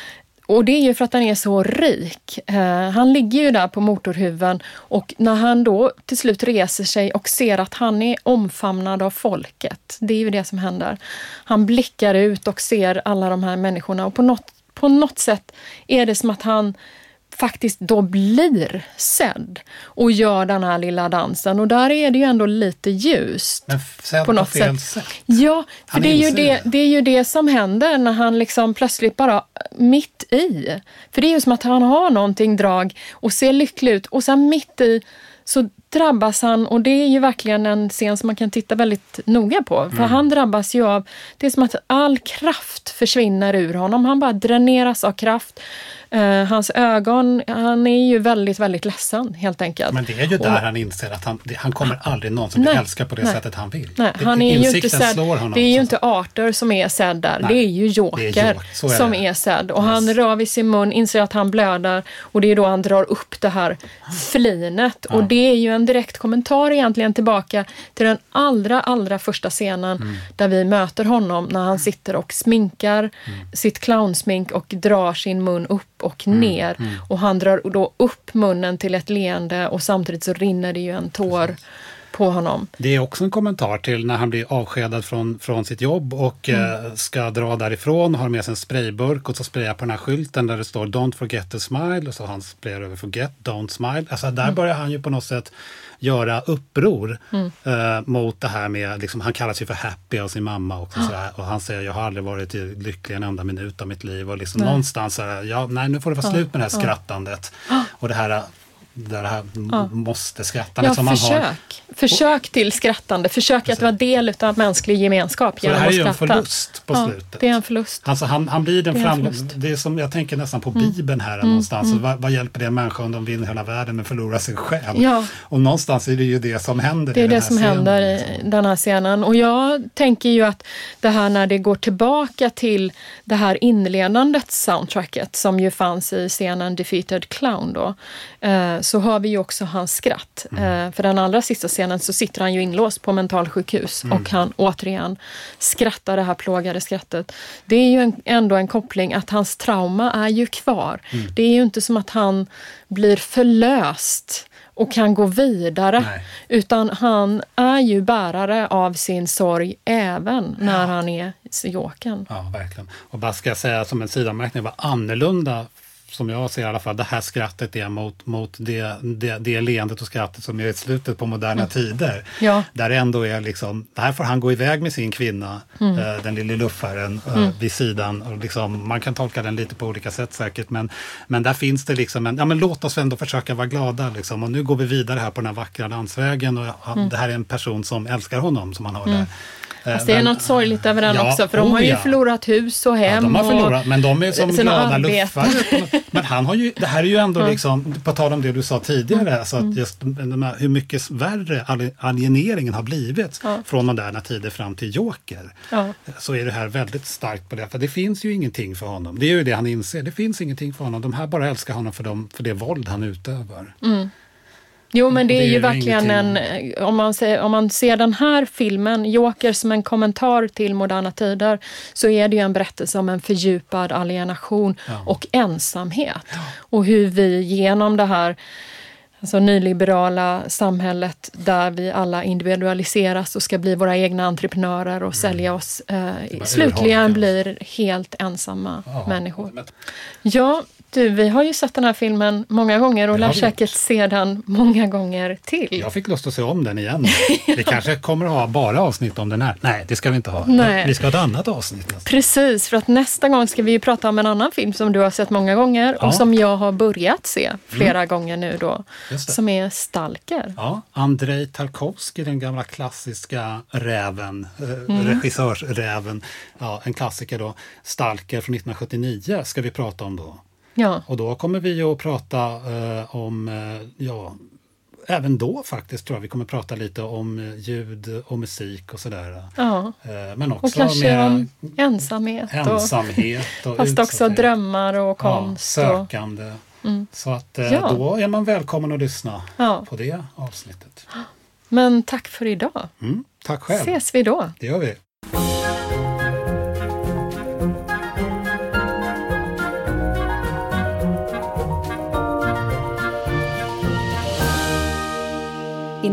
[SPEAKER 2] och det är ju för att han är så rik. Uh, han ligger ju där på motorhuven och när han då till slut reser sig och ser att han är omfamnad av folket. Det är ju det som händer. Han blickar ut och ser alla de här människorna och på något, på något sätt är det som att han faktiskt då blir sedd och gör den här lilla dansen. Och där är det ju ändå lite ljust.
[SPEAKER 1] Men sedd
[SPEAKER 2] på något
[SPEAKER 1] på fel
[SPEAKER 2] sätt.
[SPEAKER 1] sätt.
[SPEAKER 2] Ja, för
[SPEAKER 1] Han
[SPEAKER 2] det är, ju
[SPEAKER 1] inser
[SPEAKER 2] det,
[SPEAKER 1] det.
[SPEAKER 2] det är ju det som händer när han liksom plötsligt bara mitt i. För det är ju som att han har någonting drag och ser lycklig ut. Och sen mitt i så drabbas han, och det är ju verkligen en scen som man kan titta väldigt noga på. För
[SPEAKER 1] Mm.
[SPEAKER 2] han drabbas ju av, det är som att all kraft försvinner ur honom. Han bara dräneras av kraft. Uh, hans ögon, han är ju väldigt, väldigt ledsen helt enkelt.
[SPEAKER 1] Men det är ju där
[SPEAKER 2] och,
[SPEAKER 1] han inser att han, det, han kommer aldrig någonsin bli
[SPEAKER 2] Nej,
[SPEAKER 1] älskad på det
[SPEAKER 2] nej.
[SPEAKER 1] sättet han vill.
[SPEAKER 2] Nej,
[SPEAKER 1] det,
[SPEAKER 2] han är ju inte
[SPEAKER 1] insikten
[SPEAKER 2] sedd.
[SPEAKER 1] slår honom.
[SPEAKER 2] Det är ju
[SPEAKER 1] så-
[SPEAKER 2] inte Arthur som är sedd där.
[SPEAKER 1] Nej,
[SPEAKER 2] det är ju Joker
[SPEAKER 1] det är Joker, så är
[SPEAKER 2] som
[SPEAKER 1] det.
[SPEAKER 2] är sedd. Och
[SPEAKER 1] Yes.
[SPEAKER 2] han rör vid sin mun, inser att han blöder. Och det är då han drar upp det här flinet.
[SPEAKER 1] Ja.
[SPEAKER 2] Och det är ju en direkt kommentar egentligen tillbaka till den allra, allra första scenen.
[SPEAKER 1] Mm.
[SPEAKER 2] Där vi möter honom när han sitter och sminkar
[SPEAKER 1] Mm.
[SPEAKER 2] sitt clownsmink och drar sin mun upp och
[SPEAKER 1] Mm.
[SPEAKER 2] ner. Och han drar då upp munnen till ett leende och samtidigt så rinner det ju en tår på honom.
[SPEAKER 1] Det är också en kommentar till när han blir avskedad från, från sitt jobb och
[SPEAKER 2] Mm.
[SPEAKER 1] eh, ska dra därifrån och har med sig en sprayburk och så sprayar på den här skylten där det står Don't forget to smile och så han sprayar över forget, don't smile. Alltså där
[SPEAKER 2] Mm.
[SPEAKER 1] börjar han ju på något sätt göra uppror
[SPEAKER 2] Mm.
[SPEAKER 1] eh, mot det här med, liksom, han kallar sig för happy av sin mamma också sådär, och han säger jag har aldrig varit lycklig en enda minut av mitt liv och liksom
[SPEAKER 2] Nej.
[SPEAKER 1] någonstans sådär, ja, nej nu får det vara
[SPEAKER 2] Ja,
[SPEAKER 1] slut med det här
[SPEAKER 2] ja.
[SPEAKER 1] skrattandet och det här det här
[SPEAKER 2] Ja.
[SPEAKER 1] måste skrattandet
[SPEAKER 2] Ja,
[SPEAKER 1] som man
[SPEAKER 2] försök.
[SPEAKER 1] har.
[SPEAKER 2] Försök till skrattande. Försök att vara del av mänsklig gemenskap
[SPEAKER 1] Så det
[SPEAKER 2] genom
[SPEAKER 1] här är
[SPEAKER 2] att
[SPEAKER 1] ju en
[SPEAKER 2] skratta.
[SPEAKER 1] förlust på
[SPEAKER 2] Ja,
[SPEAKER 1] slutet.
[SPEAKER 2] det är en förlust.
[SPEAKER 1] Alltså han, han blir den
[SPEAKER 2] Det är en
[SPEAKER 1] framgång.
[SPEAKER 2] förlust.
[SPEAKER 1] Det är som jag tänker nästan på
[SPEAKER 2] Mm.
[SPEAKER 1] Bibeln här
[SPEAKER 2] Mm,
[SPEAKER 1] någonstans.
[SPEAKER 2] mm.
[SPEAKER 1] Så vad, vad hjälper det en människa om de vinner hela världen men förlorar sig själv?
[SPEAKER 2] Ja.
[SPEAKER 1] Och någonstans är det ju det som händer
[SPEAKER 2] Det är
[SPEAKER 1] i den
[SPEAKER 2] det
[SPEAKER 1] här
[SPEAKER 2] som
[SPEAKER 1] scenen,
[SPEAKER 2] händer
[SPEAKER 1] liksom.
[SPEAKER 2] i den här scenen. Och jag tänker ju att det här när det går tillbaka till det här inledandet soundtracket som ju fanns i scenen Defeated Clown då, eh, så hör vi ju också hans skratt.
[SPEAKER 1] Mm.
[SPEAKER 2] Eh, för den allra sista scenen så sitter han ju inlåst på mentalsjukhus
[SPEAKER 1] Mm.
[SPEAKER 2] och han återigen skrattar det här plågade skrattet. Det är ju en, ändå en koppling att hans trauma är ju kvar.
[SPEAKER 1] Mm.
[SPEAKER 2] Det är ju inte som att han blir förlöst och kan gå vidare.
[SPEAKER 1] Nej.
[SPEAKER 2] Utan han är ju bärare av sin sorg även när han är i Jokern.
[SPEAKER 1] Ja, verkligen. Och bara ska jag säga som en sidanmärkning, vad annorlunda som jag ser i alla fall, det här skrattet är mot, mot det, det, det leendet och skrattet som är i slutet på moderna
[SPEAKER 2] Mm.
[SPEAKER 1] tider.
[SPEAKER 2] Ja.
[SPEAKER 1] Där det ändå är liksom, här får han gå iväg med sin kvinna,
[SPEAKER 2] Mm.
[SPEAKER 1] eh, den lille luffaren eh,
[SPEAKER 2] Mm.
[SPEAKER 1] vid sidan. Och liksom, man kan tolka den lite på olika sätt säkert, men, men där finns det liksom en, ja men låt oss ändå försöka vara glada liksom. Och nu går vi vidare här på den här vackra landsvägen och ja,
[SPEAKER 2] Mm.
[SPEAKER 1] det här är en person som älskar honom som han har
[SPEAKER 2] Mm.
[SPEAKER 1] där.
[SPEAKER 2] Fast det är
[SPEAKER 1] Men-
[SPEAKER 2] något sorgligt över den
[SPEAKER 1] Ja,
[SPEAKER 2] också, för de
[SPEAKER 1] oh
[SPEAKER 2] har ju
[SPEAKER 1] ja.
[SPEAKER 2] förlorat hus och hem.
[SPEAKER 1] Ja, de har förlorat,
[SPEAKER 2] och
[SPEAKER 1] men de är som
[SPEAKER 2] sina
[SPEAKER 1] glada
[SPEAKER 2] arbeten.
[SPEAKER 1] luffare. Men han har ju, det här är ju ändå
[SPEAKER 2] Ja.
[SPEAKER 1] liksom, på tal om det du sa tidigare,
[SPEAKER 2] Mm.
[SPEAKER 1] alltså att just de här, hur mycket värre alieneringen har blivit
[SPEAKER 2] Ja.
[SPEAKER 1] från moderna tider fram till Joker.
[SPEAKER 2] Ja.
[SPEAKER 1] Så är det här väldigt starkt på det, för det finns ju ingenting för honom. Det är ju det han inser, det finns ingenting för honom. De här bara älskar honom för, dem, för det våld han utövar.
[SPEAKER 2] Mm. Jo, men det är
[SPEAKER 1] Det är
[SPEAKER 2] ju
[SPEAKER 1] ju
[SPEAKER 2] verkligen
[SPEAKER 1] ingenting.
[SPEAKER 2] en, om man, ser, om man ser den här filmen, Joker, som en kommentar till moderna tider, så är det ju en berättelse om en fördjupad alienation
[SPEAKER 1] Ja.
[SPEAKER 2] och ensamhet. Och hur vi genom det här alltså nyliberala samhället där vi alla individualiseras och ska bli våra egna entreprenörer och sälja oss, eh, slutligen
[SPEAKER 1] urholkas.
[SPEAKER 2] blir helt ensamma
[SPEAKER 1] Ja.
[SPEAKER 2] människor. Ja, du, vi har ju sett den här filmen många gånger och
[SPEAKER 1] Det
[SPEAKER 2] lär
[SPEAKER 1] har vi
[SPEAKER 2] säkert se den många gånger till.
[SPEAKER 1] Jag fick lust att se om den igen. Vi kanske kommer att ha bara avsnitt om den här. Nej, det ska vi inte ha.
[SPEAKER 2] Nej.
[SPEAKER 1] Vi ska ha ett annat avsnitt nästan.
[SPEAKER 2] Precis, för att nästa gång ska vi ju prata om en annan film som du har sett många gånger
[SPEAKER 1] Ja.
[SPEAKER 2] och som jag har börjat se flera gånger nu då,
[SPEAKER 1] Just det.
[SPEAKER 2] som är Stalker.
[SPEAKER 1] Ja, Andrei Tarkovsky, den gamla klassiska räven, eh,
[SPEAKER 2] Mm.
[SPEAKER 1] regissörsräven, ja, en klassiker då, Stalker från nittonhundrasjuttionio ska vi prata om då.
[SPEAKER 2] Ja.
[SPEAKER 1] Och då kommer vi ju att prata eh, om, eh, ja, även då faktiskt tror jag vi kommer prata lite om eh, ljud och musik och sådär.
[SPEAKER 2] Ja.
[SPEAKER 1] Eh, men också
[SPEAKER 2] Och kanske
[SPEAKER 1] mera
[SPEAKER 2] om ensamhet.
[SPEAKER 1] ensamhet och
[SPEAKER 2] Och, fast också
[SPEAKER 1] utsatthet.
[SPEAKER 2] drömmar och
[SPEAKER 1] Ja,
[SPEAKER 2] konst. och,
[SPEAKER 1] sökande.
[SPEAKER 2] Mm.
[SPEAKER 1] Så att eh,
[SPEAKER 2] Ja.
[SPEAKER 1] då är man välkommen att lyssna
[SPEAKER 2] Ja.
[SPEAKER 1] på det avsnittet.
[SPEAKER 2] Men tack för idag.
[SPEAKER 1] Mm, tack själv.
[SPEAKER 2] Ses vi då.
[SPEAKER 1] Det gör vi.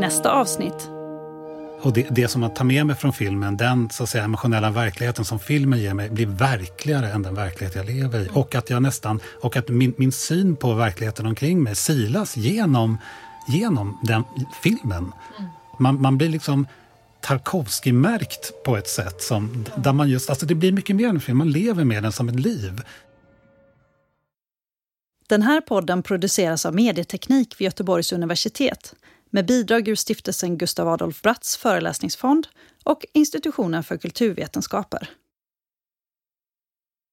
[SPEAKER 10] nästa avsnitt.
[SPEAKER 1] Och det, det som man tar med mig från filmen, den så att säga emotionella verkligheten som filmen ger mig, blir verkligare än den verklighet jag lever i. Och att jag nästan, och att min, min syn på verkligheten omkring mig silas genom, genom den filmen. Man, man blir liksom Tarkovsky-märkt på ett sätt som, där man just, alltså det blir mycket mer än en film, man lever med den som ett liv.
[SPEAKER 10] Den här podden produceras av Medieteknik vid Göteborgs universitet med bidrag ur stiftelsen Gustav Adolf Bratts föreläsningsfond och Institutionen för kulturvetenskaper.